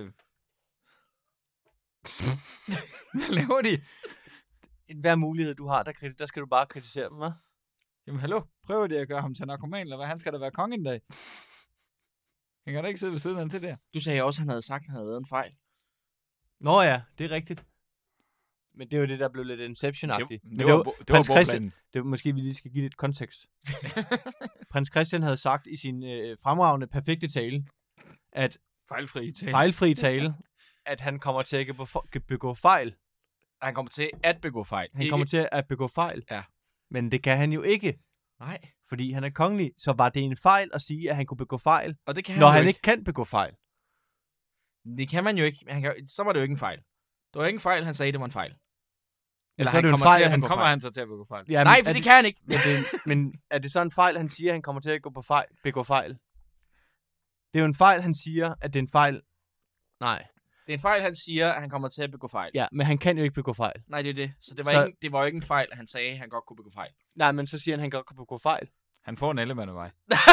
hvad laver de? Hver mulighed, du har, der, kriti- der skal du bare kritisere dem, hva'? Jamen hallo, prøver de at gøre ham til narkoman, eller hvad? Han skal da være konge en dag. Han kan da ikke sidde ved siden af det der. Du sagde også, at han havde sagt, at han havde lavet en fejl. Nå ja, det er rigtigt. Men det er jo det, der blev lidt Inception-agtigt. Det, Men det, var, bo- det var prins Christian, bordplanen. det var måske, vi lige skal give lidt kontekst. Prins Christian havde sagt i sin øh, fremragende, perfekte tale, at Fejlfri tale. fejlfri tale, at han kommer til at begå- begå fejl. Han kommer til at begå fejl. Han kommer til at begå fejl. Ja. Men det kan han jo ikke, Nej, fordi han er kongelig. Så var det en fejl at sige, at han kunne begå fejl, og det kan han når jo han ikke. ikke kan begå fejl. Det kan man jo ikke. Han kan, så var det jo ikke en fejl. Det var ikke en fejl, han sagde, det var en fejl. Eller så så er er det det jo en en fejl, fejl, at han begå Kommer fejl. han så til at begå fejl? Ja, Nej, men for er det kan han ikke. Men, det, men er det så en fejl, han siger, at han kommer til at gå på fejl, begå fejl? Det er jo en fejl, han siger, at det er en fejl. Nej. Det er en fejl, han siger, at han kommer til at begå fejl. Ja, men han kan jo ikke begå fejl. Nej, det er det. Så det var, Så- ikke, det var jo ikke en fejl, at han sagde, at han godt kunne begå fejl. Nej, men så siger han, at han godt kan begå fejl. Han får en Ellemann af mig.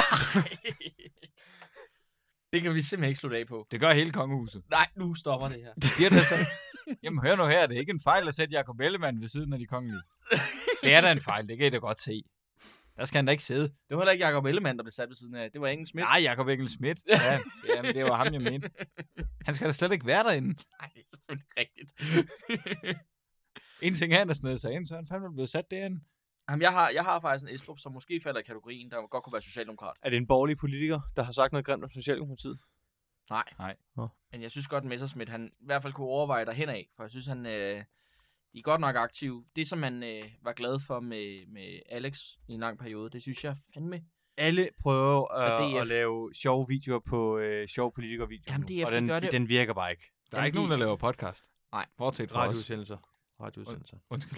Det kan vi simpelthen ikke slutte af på. Det gør hele kongehuset. Nej, nu stopper det her. Det giver det så. Jamen hør nu her, det er ikke en fejl at sætte Jacob Ellemann ved siden af de kongelige. Det er da en fejl, det kan I da godt se. Der skal han da ikke sidde. Det var heller ikke Jacob Ellemann, der blev sat ved siden af. Det var Ingen Schmidt. Nej, Jacob Engel Schmidt. Ja, jamen, det var ham, jeg mente. Han skal da slet ikke være derinde. Nej, det er selvfølgelig rigtigt. En ting er, han er snedet sig ind, så er han fandme blevet sat derinde. Jamen, jeg har, jeg har faktisk en Estrup, som måske falder i kategorien, der godt kunne være socialdemokrat. Er det en borgerlig politiker, der har sagt noget grimt om Socialdemokratiet? Nej. Nej. Nå. Men jeg synes godt, at Messerschmidt, han i hvert fald kunne overveje derhen af, for jeg synes, han, øh, de er godt nok aktive. Det, som man øh, var glad for med, med Alex i en lang periode, det synes jeg fandme. Alle prøver øh, D F. at lave sjove videoer på øh, sjove politikervideoer. Jamen, D F, og det den, gør det- den virker bare ikke. Der er Jamen, ikke de- nogen, der laver podcast. Nej. Bortset fra os. Radioudsendelser. Radioudsendelser. Undskyld.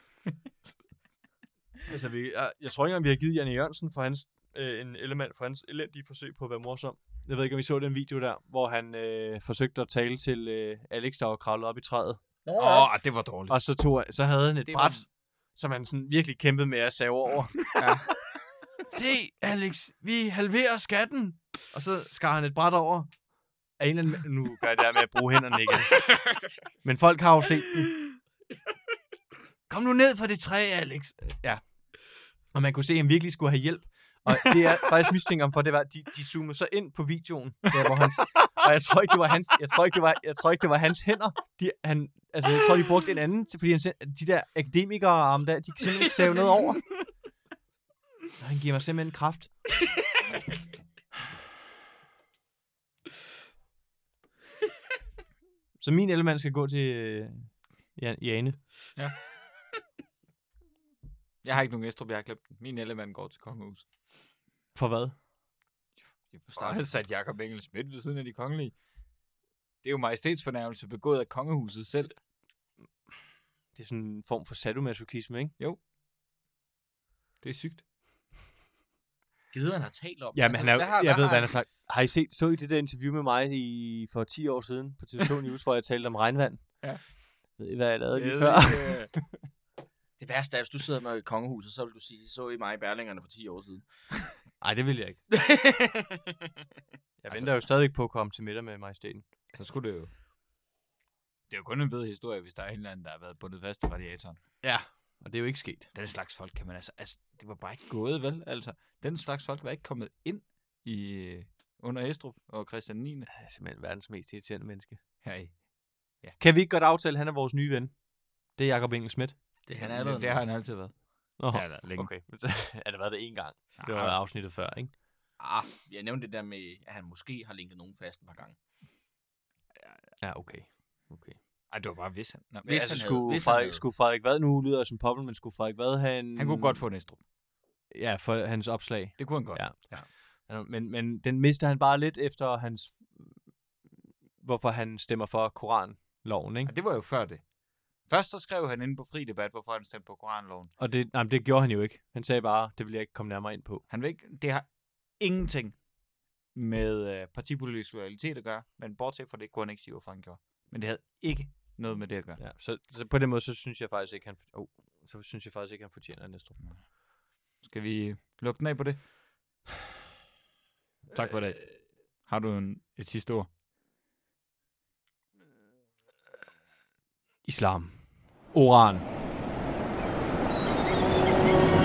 Altså, vi, jeg, jeg tror ikke engang, vi har givet Janne Jørgensen for hans, øh, en element for hans elendige forsøg på at være morsom. Jeg ved ikke, om vi så den video der, hvor han øh, forsøgte at tale til øh, Alex, der var kravlet op i træet. Åh, oh, det var dårligt. Og så, tog, så havde han et Det bræt, var- som han sådan virkelig kæmpede med at save over. Ja. Se, Alex, vi halverer skatten. Og så skar han et bræt over. Af en eller anden, nu gør jeg det der med at bruge hænderne igen. Men folk har jo set den. Kom nu ned for det træ, Alex. Ja. Og man kunne se, at han virkelig skulle have hjælp. Og det er faktisk mistænkt om for, det var, de, de zoomede så ind på videoen, der hvor hans, og jeg tror ikke, det var hans, jeg tror ikke, det var, jeg tror ikke, det var hans hænder. De, han, altså, jeg tror, de brugte en anden, til- fordi han, sim- de der akademikere arme der, de kan simpelthen ikke save noget over. Og han giver mig simpelthen kraft. Så min element skal gå til øh, Jan- Jane. Jeg har ikke nogen Estrup, jeg har glemt den. Min element går til Kongehus. For hvad? Jeg forstår, jeg sat Jakob Engel Schmidt ved siden af de kongelige. Det er jo majestætsfornærmelse begået af kongehuset selv. Det er sådan en form for sadomasochisme, ikke? Det er sygt. Det ved, han har talt om. Ja, men han er, hvad har, jeg ved, har hvad han har sagt. Har I set, så I det der interview med mig i, for ti år siden på T V to News, hvor jeg talte om regnvand? Ja. Ved I, hvad jeg lavede lige Jeg før? ved ikke, øh, Det værste er, hvis du sidder med i kongehuset, så vil du sige, de så I mig i Berlingerne for ti år siden. Nej, det vil jeg ikke. Jeg Altså- venter jo stadig på at komme til middag med majestæten. Så skulle det jo... Det er jo kun en fed historie, hvis der er en eller anden, der har været bundet fast til radiatoren. Ja. Og det er jo ikke sket. Den slags folk kan man altså... altså det var bare ikke gået, vel? Altså, den slags folk var ikke kommet ind i... øh, under Estrup og Christian niende Han er simpelthen verdens mest irriterende menneske. her i. Kan vi ikke godt aftale, at han er vores nye ven? Det er Jakob Engel Schmidt. Det han er allerede. Det har han altid været. Nå, Ja, der er længe. okay. Er det været det en gang? Det var Ah, afsnittet før, ikke? Ah, jeg nævnte det der med, at han måske har linket nogen fast et par gange. Ja, okay. Okay. Ej, det var bare hvis han... Nå, Hvis altså, han havde- skulle, hvis han Frederik, havde. skulle Frederik Vad nu lyder som poppen, men skulle Frederik Vad have en... han kunne godt få en Estrup. Ja, for hans opslag. Det kunne han godt. Ja. ja. Ja, Men, men den mister han bare lidt efter hans... Hvorfor han stemmer for Koranloven, ikke? Og det var jo før det. Først så skrev han inde på Fri Debat, hvorfor han stemte på Koranloven. Og det, nej, det gjorde han jo ikke. Han sagde bare, det vil jeg ikke komme nærmere ind på. Han vil ikke, det har ingenting med øh, partipolitisk loyalitet at gøre, men bortset fra det kunne han ikke sige, hvorfor han gjorde. Men det havde ikke noget med det at gøre. Ja, så, så på den måde, så synes jeg faktisk ikke, han, oh, så synes jeg faktisk ikke, han fortjener en Estrup. Skal vi lukke den af på det? Tak for det. Har du en, et sidste ord? Islam. Oran.